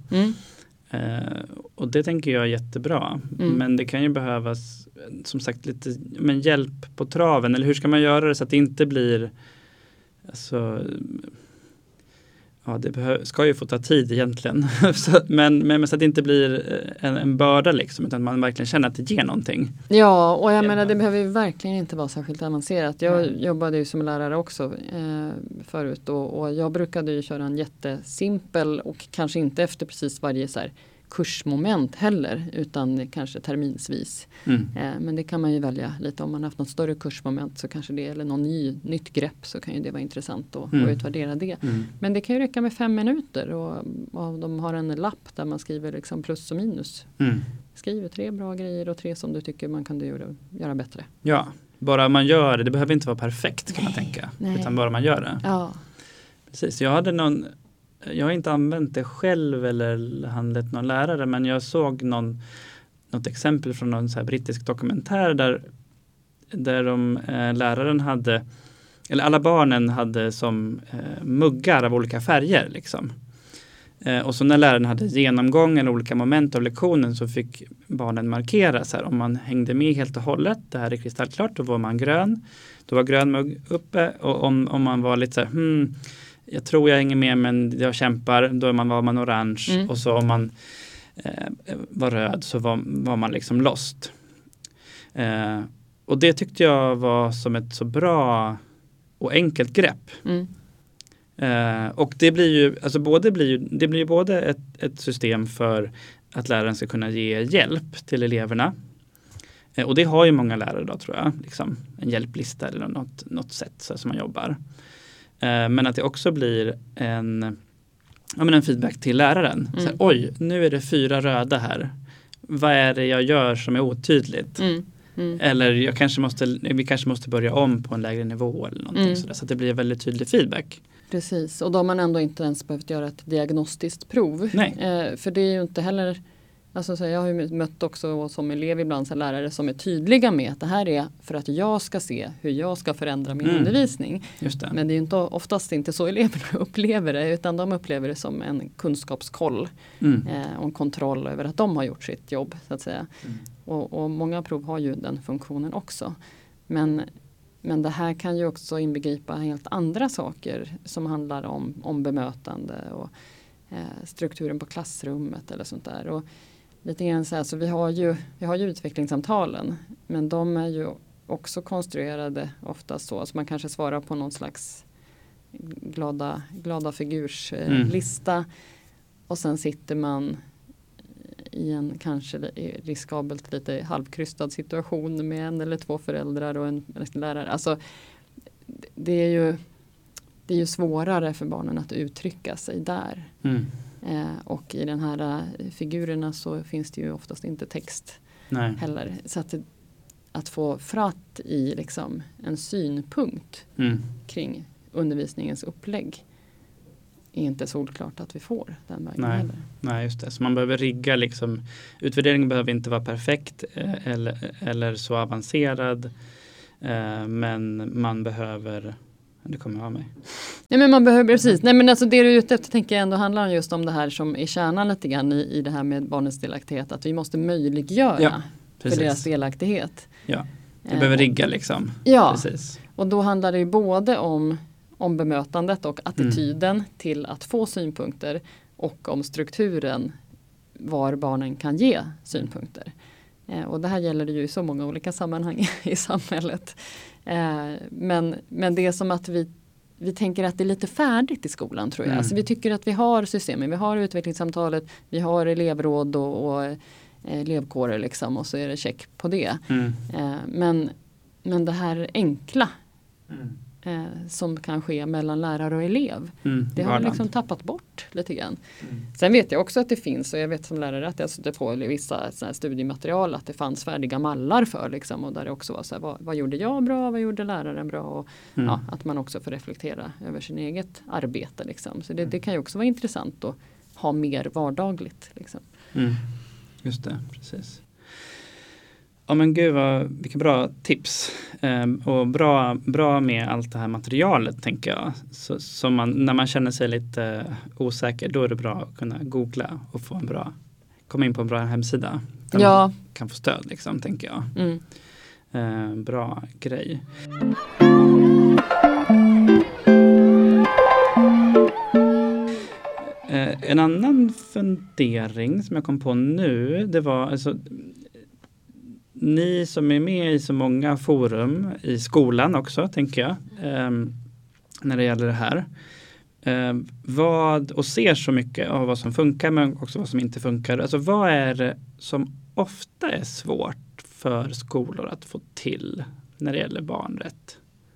C: Och det tänker jag är jättebra. Men det kan ju behövas som sagt lite hjälp på traven. Eller hur ska man göra det så att det inte blir... Alltså, ja, det ska ju få ta tid egentligen. men så att det inte blir en börda liksom, utan man verkligen känner att det ger någonting.
A: Ja, och jag menar det behöver ju verkligen inte vara särskilt avancerat. Jag jobbade ju som lärare också förut och jag brukade ju köra en jättesimpel och kanske inte efter precis varje så här kursmoment heller, utan kanske terminsvis. Men det kan man ju välja lite. Om man har haft något större kursmoment så kanske det, eller någon nytt grepp, så kan ju det vara intressant att utvärdera det. Men det kan ju räcka med 5 minuter och de har en lapp där man skriver liksom plus och minus. Skriver 3 bra grejer och 3 som du tycker man kan göra bättre. Ja, bara man gör det. Det behöver inte vara perfekt kan man tänka. Utan bara man gör det. Ja. Precis, jag har inte använt det själv eller handlat någon lärare, men jag såg något exempel från någon så här brittisk dokumentär där läraren hade, eller alla barnen hade som muggar av olika färger liksom. Och så när läraren hade genomgång eller olika moment av lektionen så fick barnen markera så här, om man hängde med helt och hållet, det här är kristallklart, då var man grön. Då var grön mugg uppe, och om man var lite så här, jag tror jag hänger med men jag kämpar, då var man orange. Och så om man var röd så var man liksom lost. Och det tyckte jag var som ett så bra och enkelt grepp. Och det blir ju, alltså det blir både ett system för att läraren ska kunna ge hjälp till eleverna. Och det har ju många lärare då, tror jag. Liksom en hjälplista eller något sätt så som man jobbar. Men att det också blir en feedback till läraren. Så här, oj, nu är det 4 röda här. Vad är det jag gör som är otydligt? Eller vi kanske måste börja om på en lägre nivå eller någonting sådär, så att det blir väldigt tydlig feedback. Precis, och då har man ändå inte ens behövt göra ett diagnostiskt prov.
C: Nej.
A: För det är ju inte heller... Alltså, så jag har ju mött också som elev ibland så lärare som är tydliga med att det här är för att jag ska se hur jag ska förändra min undervisning.
C: Just det.
A: Men det är ju oftast inte så eleverna upplever det, utan de upplever det som en kunskapskoll och en kontroll över att de har gjort sitt jobb, så att säga. Och många prov har ju den funktionen också. Men det här kan ju också inbegripa helt andra saker som handlar om bemötande och strukturen på klassrummet eller sånt där. Och lite grann så här, så vi har ju utvecklingssamtalen, men de är ju också konstruerade ofta så man kanske svarar på någon slags glada figurslista och sen sitter man i en kanske riskabelt lite halvkrystad situation med 1 eller 2 föräldrar och en lärare. Alltså det är ju svårare för barnen att uttrycka sig där. Och i den här figurerna så finns det ju oftast inte text heller. Så att få fratt i liksom en synpunkt kring undervisningens upplägg är inte solklart att vi får den vägen heller. Nej, just det. Så man behöver rigga liksom, utvärderingen behöver inte vara perfekt eller så avancerad, men man behöver... Det kommer av mig. Nej, men man behöver precis. Nej, men alltså det du är ute efter tänker jag ändå handlar just om det här som är kärnan lite grann i det här med barnens delaktighet. Att vi måste möjliggöra för deras delaktighet. Ja, vi behöver rigga liksom. Ja, precis. Och då handlar det ju både om bemötandet och attityden till att få synpunkter och om strukturen var barnen kan ge synpunkter. Och det här gäller det ju i så många olika sammanhang i samhället. Men det är som att vi tänker att det är lite färdigt i skolan, tror jag. Alltså vi tycker att vi har systemen, vi har utvecklingssamtalet, vi har elevråd och elevkårer liksom, och så är det check på det. Men det här enkla som kan ske mellan lärare och elev, det har liksom tappat bort lite grann. Sen vet jag också att det finns, och jag vet som lärare att jag stötte på vissa såna här studiematerial att det fanns färdiga mallar för liksom, och där det också var så här, vad gjorde jag bra, vad gjorde läraren bra, och att man också får reflektera över sin eget arbete liksom. Så det kan ju också vara intressant att ha mer vardagligt liksom.
C: Just det, precis. Ja men gud vilka bra tips. Och bra med allt det här materialet tänker jag. Så när man känner sig lite osäker, då är det bra att kunna googla och komma in på en bra hemsida. Där man kan få stöd liksom, tänker jag. Bra grej. En annan fundering som jag kom på nu, det var alltså ni som är med i så många forum i skolan också, tänker jag, när det gäller det här. Och ser så mycket av vad som funkar men också vad som inte funkar. Alltså vad är det som ofta är svårt för skolor att få till när det gäller barnrätt?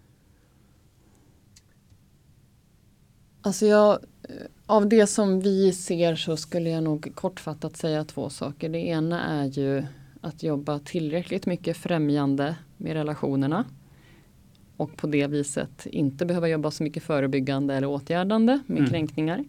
A: Alltså av det som vi ser så skulle jag nog kortfattat säga 2 saker. Det ena är ju att jobba tillräckligt mycket främjande med relationerna. Och på det viset inte behöva jobba så mycket förebyggande eller åtgärdande med kränkningar.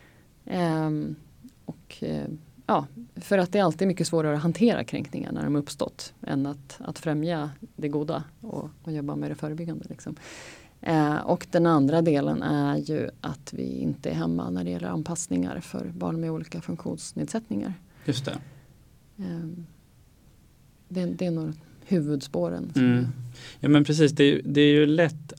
A: För att det är alltid mycket svårare att hantera kränkningar när de uppstått än att främja det goda och jobba med det förebyggande. Liksom. Och den andra delen är ju att vi inte är hemma när det gäller anpassningar för barn med olika funktionsnedsättningar.
C: Just det.
A: Det är nog huvudspåren.
C: Ja men precis, det är ju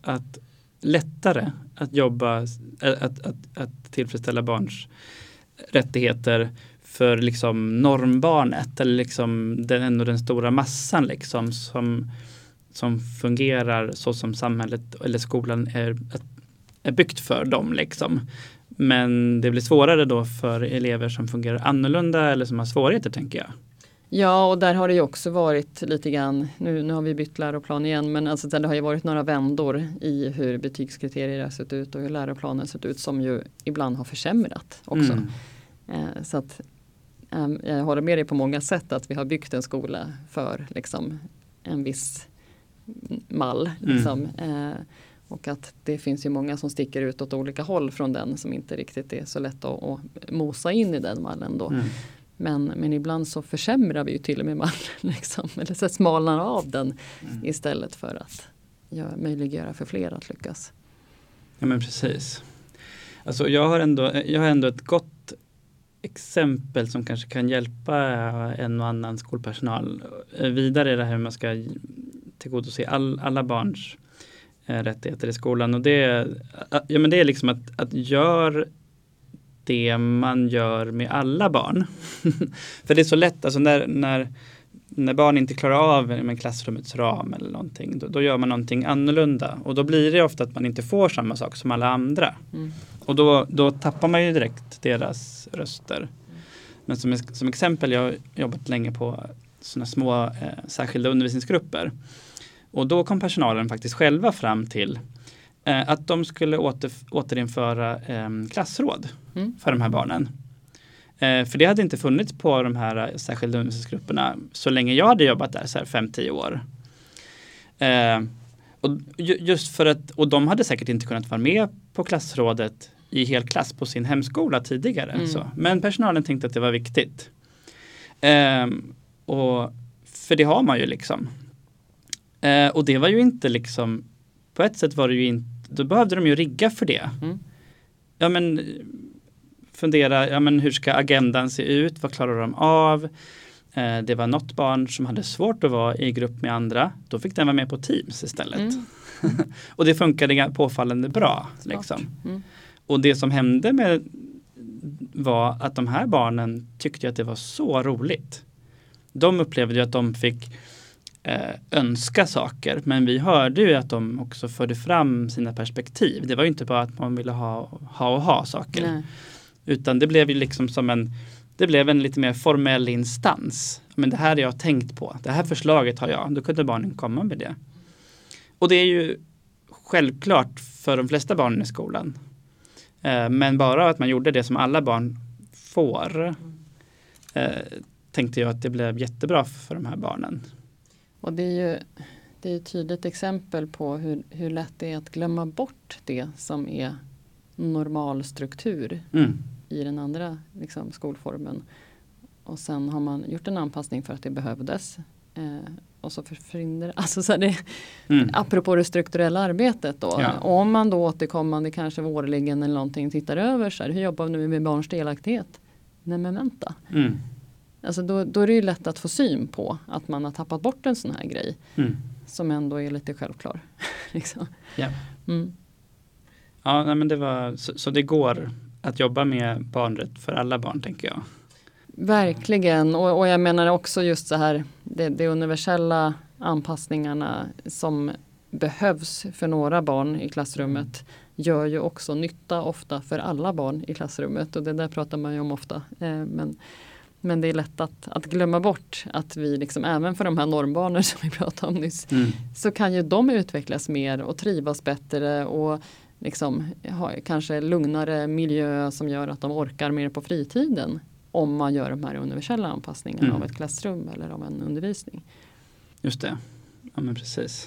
C: lättare att jobba, att tillfredsställa barns rättigheter för liksom normbarnet eller liksom den stora massan liksom som fungerar så som samhället eller skolan är byggt för dem liksom. Men det blir svårare då för elever som fungerar annorlunda eller som har svårigheter, tänker jag.
A: Ja, och där har det ju också varit lite grann, nu har vi bytt läroplan igen, men alltså det har ju varit några vändor i hur betygskriterier har sett ut och hur läroplanen sett ut som ju ibland har försämrat också. Så att jag håller med dig på många sätt att vi har byggt en skola för liksom en viss mall. Liksom. Och att det finns ju många som sticker ut åt olika håll från den som inte riktigt är så lätt att mosa in i den mallen då. Men ibland så försämrar vi ju till och med mallen liksom, eller så smalnar av den istället för att möjliggöra för fler att lyckas.
C: Ja men precis. Alltså jag har ändå ett gott exempel som kanske kan hjälpa en och annan skolpersonal vidare i det här hur man ska tillgodose alla barns rättigheter i skolan. Och det är liksom att gör det man gör med alla barn. För det är så lätt, alltså när barn inte klarar av med klassrummets ram eller någonting, då gör man någonting annorlunda. Och då blir det ofta att man inte får samma sak som alla andra. Och då tappar man ju direkt deras röster. Men som exempel, jag har jobbat länge på sådana små särskilda undervisningsgrupper. Och då kom personalen faktiskt själva fram till att de skulle återinföra klassråd för de här barnen. För det hade inte funnits på de här särskilda undervisningsgrupperna så länge jag hade jobbat där, så här 5-10 år. Och just för att, och de hade säkert inte kunnat vara med på klassrådet i hel klass på sin hemskola tidigare. Så. Men personalen tänkte att det var viktigt. Och för det har man ju liksom. Och det var ju inte liksom, på ett sätt var det ju inte, då behövde de ju rigga för det. Ja men fundera, hur ska agendan se ut? Vad klarar de av? Det var något barn som hade svårt att vara i grupp med andra. Då fick den vara med på Teams istället. Och det funkade påfallande bra. Liksom. Och det som hände var att de här barnen tyckte att det var så roligt. De upplevde ju att de fick önska saker. Men vi hörde ju att de också förde fram sina perspektiv. Det var ju inte bara att man ville ha saker. Nej. Utan det blev ju liksom det blev en lite mer formell instans. Men det här har jag tänkt på. Det här förslaget har jag. Då kunde barnen komma med det. Och det är ju självklart för de flesta barnen i skolan. Men bara att man gjorde det som alla barn får tänkte jag att det blev jättebra för de här barnen. Och
A: det är ju ett tydligt exempel på hur lätt det är att glömma bort det som är normal struktur i den andra liksom, skolformen. Och sen har man gjort en anpassning för att det behövdes. Och så förhindrar alltså så det, apropå det strukturella arbetet då.
C: Ja.
A: Och om man då återkommande kanske vårligen eller någonting tittar över så här, hur jobbar vi med barns delaktighet? Nej men vänta. Alltså då är det ju lätt att få syn på att man har tappat bort en sån här grej. Som ändå är lite självklar. liksom.
C: Ja. Ja, nej, men det var så det går att jobba med barnrätt för alla barn, tänker jag.
A: Verkligen, och jag menar också just så här det universella anpassningarna som behövs för några barn i klassrummet gör ju också nytta ofta för alla barn i klassrummet, och det där pratar man ju om ofta. Men det är lätt att glömma bort att vi liksom, även för de här normbarner som vi pratade om nyss, så kan ju de utvecklas mer och trivas bättre och liksom ha kanske lugnare miljö som gör att de orkar mer på fritiden om man gör de här universella anpassningarna av ett klassrum eller av en undervisning.
C: Just det. Ja, men precis.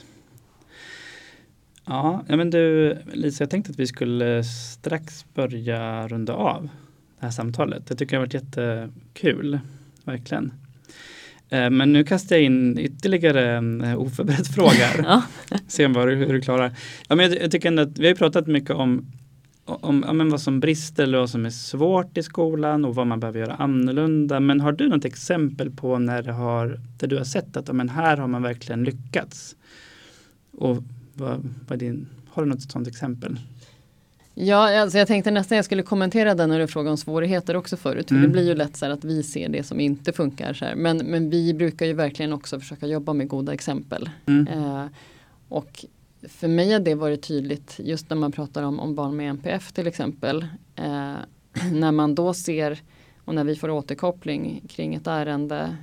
C: Ja, men du Lisa, jag tänkte att vi skulle strax börja runda av det här samtalet. Jag tycker det har varit jättekul, verkligen. Men nu kastar jag in ytterligare en oförberedd fråga. Se hur du klarar. Ja, men jag tycker ändå att vi har ju pratat mycket om vad som brister eller vad som är svårt i skolan och vad man behöver göra annorlunda. Men har du något exempel på där du har sett att här har man verkligen lyckats? Och har du något sådant exempel?
A: Ja, alltså jag tänkte nästan jag skulle kommentera den när du frågade om svårigheter också förut. För det blir ju lätt så här att vi ser det som inte funkar så här. Men vi brukar ju verkligen också försöka jobba med goda exempel. Och för mig har det varit tydligt just när man pratar om barn med NPF till exempel. När man då ser och när vi får återkoppling kring ett ärende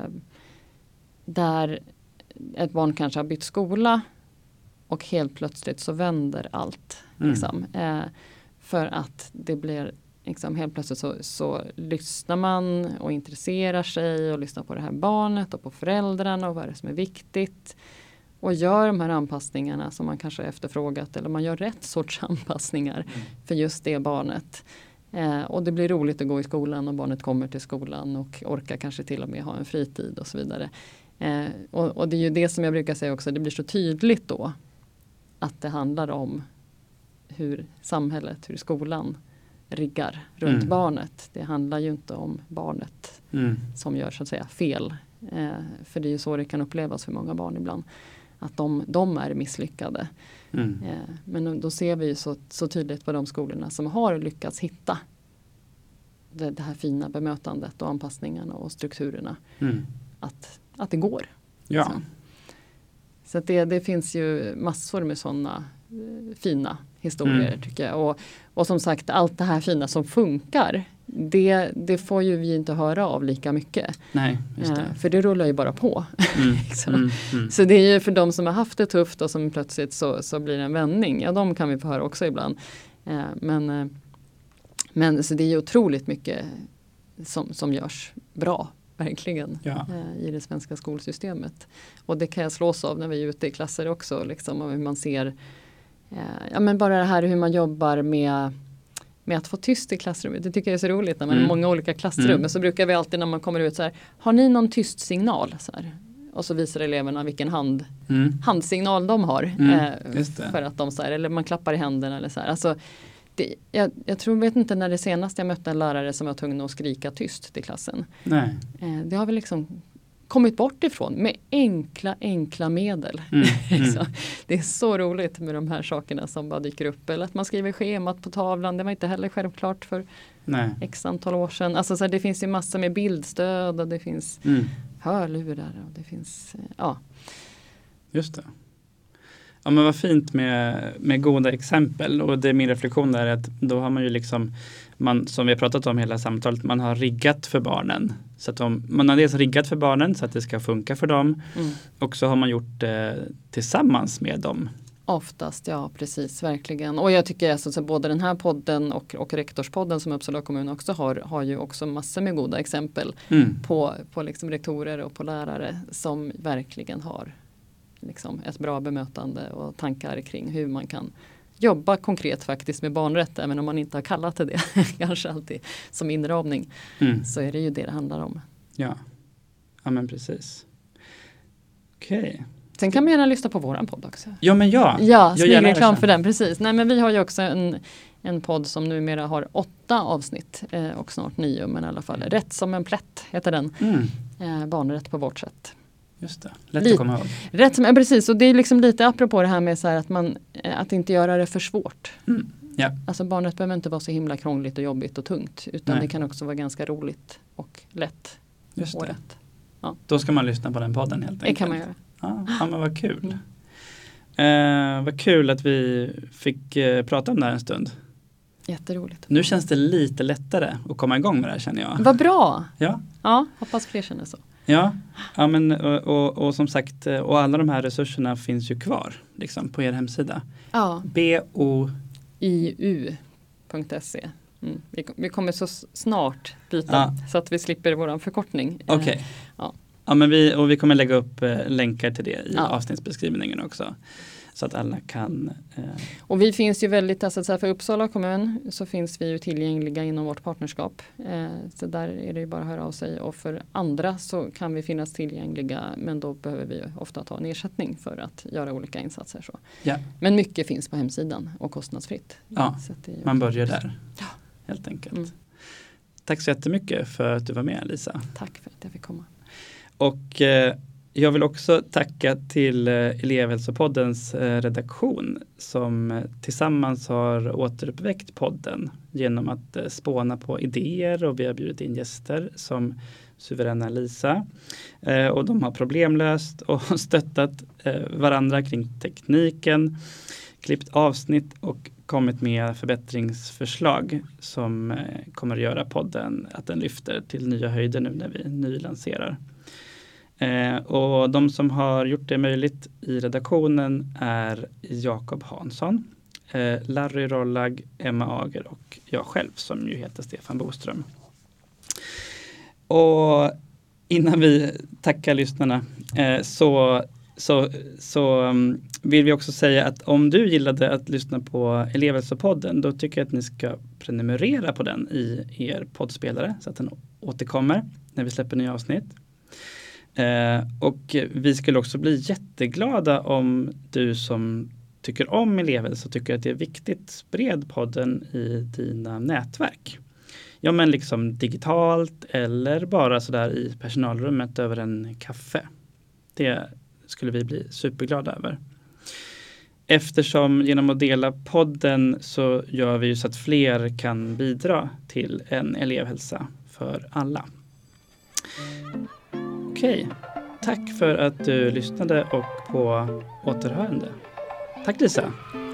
A: där ett barn kanske har bytt skola och helt plötsligt så vänder allt. Liksom. För att det blir liksom, helt plötsligt så lyssnar man och intresserar sig och lyssnar på det här barnet och på föräldrarna och vad är det som är viktigt. Och gör de här anpassningarna som man kanske har efterfrågat, eller man gör rätt sorts anpassningar för just det barnet. Och det blir roligt att gå i skolan och barnet kommer till skolan och orkar kanske till och med ha en fritid och så vidare. Och det är ju det som jag brukar säga också, det blir så tydligt då att det handlar om hur samhället, hur skolan riggar runt barnet. Det handlar ju inte om barnet som gör så att säga fel. För det är ju så det kan upplevas för många barn ibland. Att de är misslyckade. Men då ser vi ju så tydligt på de skolorna som har lyckats hitta det här fina bemötandet och anpassningarna och strukturerna. Att det går.
C: Ja.
A: Så att det finns ju massor med sådana fina historier tycker jag. Och som sagt, allt det här fina som funkar, det får ju vi inte höra av lika mycket.
C: Nej, just det.
A: För det rullar ju bara på. Så det är ju för de som har haft det tufft och som plötsligt så blir det en vändning. Ja, de kan vi få höra också ibland. Men så det är ju otroligt mycket som görs bra. Verkligen i det svenska skolsystemet. Och det kan jag slås av när vi är ute i klasser också. Liksom, och hur man ser men bara det här hur man jobbar med att få tyst i klassrummet. Det tycker jag är så roligt när man har många olika klassrum. Men så brukar vi alltid när man kommer ut så här, har ni någon tyst signal? Så här. Och så visar eleverna vilken handsignal de har. För att de så här, eller man klappar i händerna eller så här. Alltså, jag vet inte när det senast jag mötte en lärare som var tvungen att skrika tyst till klassen.
C: Nej.
A: Det har väl liksom kommit bort ifrån med enkla medel. Det är så roligt med de här sakerna som bara dyker upp. Eller att man skriver schemat på tavlan, det var inte heller självklart för x antal år sedan. Alltså, så här, det finns ju massor med bildstöd och det finns hörlurar och det finns,
C: Just det. Ja, men vad fint med goda exempel, och det är min reflektion där att då har man ju liksom, som vi har pratat om hela samtalet, man har riggat för barnen. Så att man har dels riggat för barnen så att det ska funka för dem och så har man gjort det tillsammans med dem.
A: Oftast, ja precis, verkligen. Och jag tycker alltså, så både den här podden och rektorspodden som Uppsala kommun också har ju också massor med goda exempel på liksom rektorer och på lärare som verkligen har liksom ett bra bemötande och tankar kring hur man kan jobba konkret faktiskt med barnrätt, även om man inte har kallat det kanske alltid som inramning. Så är det ju det handlar om.
C: Ja men precis. Okej.
A: Sen kan man gärna lyssna på våran podd också.
C: Ja, men
A: Ja, smygreklam för den, precis. Nej, men vi har ju också en podd som numera har 8 avsnitt och snart 9, men i alla fall Rätt som en plätt heter den. Barnrätt på vårt sätt.
C: Just det, lätt att komma ihåg.
A: Rätt som, precis, och det är liksom lite apropå det här med så här att inte göra det för svårt.
C: Ja.
A: Alltså barnrätt behöver inte vara så himla krångligt och jobbigt och tungt, utan
C: Nej.
A: det kan också vara ganska roligt och lätt.
C: Just det.
A: Rätt. Ja.
C: Då ska man lyssna på den podden helt enkelt.
A: Det kan man göra.
C: Ja, men vad kul. Vad kul att vi fick prata om det här en stund.
A: Jätteroligt.
C: Nu känns det lite lättare att komma igång med det här, känner jag.
A: Vad bra!
C: Ja,
A: hoppas fler känner så.
C: Ja men och som sagt, och alla de här resurserna finns ju kvar liksom, på er hemsida.
A: Ja. BOIU.se. Vi kommer så snart byta så att vi slipper våran förkortning.
C: Okej. Ja, men vi kommer lägga upp länkar till det i avsnittsbeskrivningen också. Så att alla kan...
A: Och vi finns ju väldigt, alltså så här, för Uppsala kommun så finns vi ju tillgängliga inom vårt partnerskap. Så där är det ju bara att höra av sig. Och för andra så kan vi finnas tillgängliga, men då behöver vi ofta ta en ersättning för att göra olika insatser. Så.
C: Ja.
A: Men mycket finns på hemsidan och kostnadsfritt.
C: Ja,
A: så att det är
C: man börjar där helt enkelt. Tack så jättemycket för att du var med, Lisa.
A: Tack för att jag fick komma.
C: Och jag vill också tacka till Elevhälsopoddens redaktion som tillsammans har återuppväckt podden genom att spåna på idéer, och vi har bjudit in gäster som suveräna Lisa. Och de har problemlöst och stöttat varandra kring tekniken, klippt avsnitt och kommit med förbättringsförslag som kommer att göra podden att den lyfter till nya höjder nu när vi nylanserar. Och de som har gjort det möjligt i redaktionen är Jakob Hansson, Larry Rollag, Emma Ager och jag själv som ju heter Stefan Boström. Och innan vi tackar lyssnarna så vill vi också säga att om du gillade att lyssna på Elevhälsopodden, då tycker jag att ni ska prenumerera på den i er poddspelare så att den återkommer när vi släpper nya avsnitt. Och vi skulle också bli jätteglada om du som tycker om elevhälsa och tycker att det är viktigt, spred podden i dina nätverk. Ja, men liksom digitalt eller bara sådär i personalrummet över en kaffe. Det skulle vi bli superglada över. Eftersom genom att dela podden så gör vi ju så att fler kan bidra till en elevhälsa för alla. Okej, tack för att du lyssnade och på återhörande. Tack Lisa.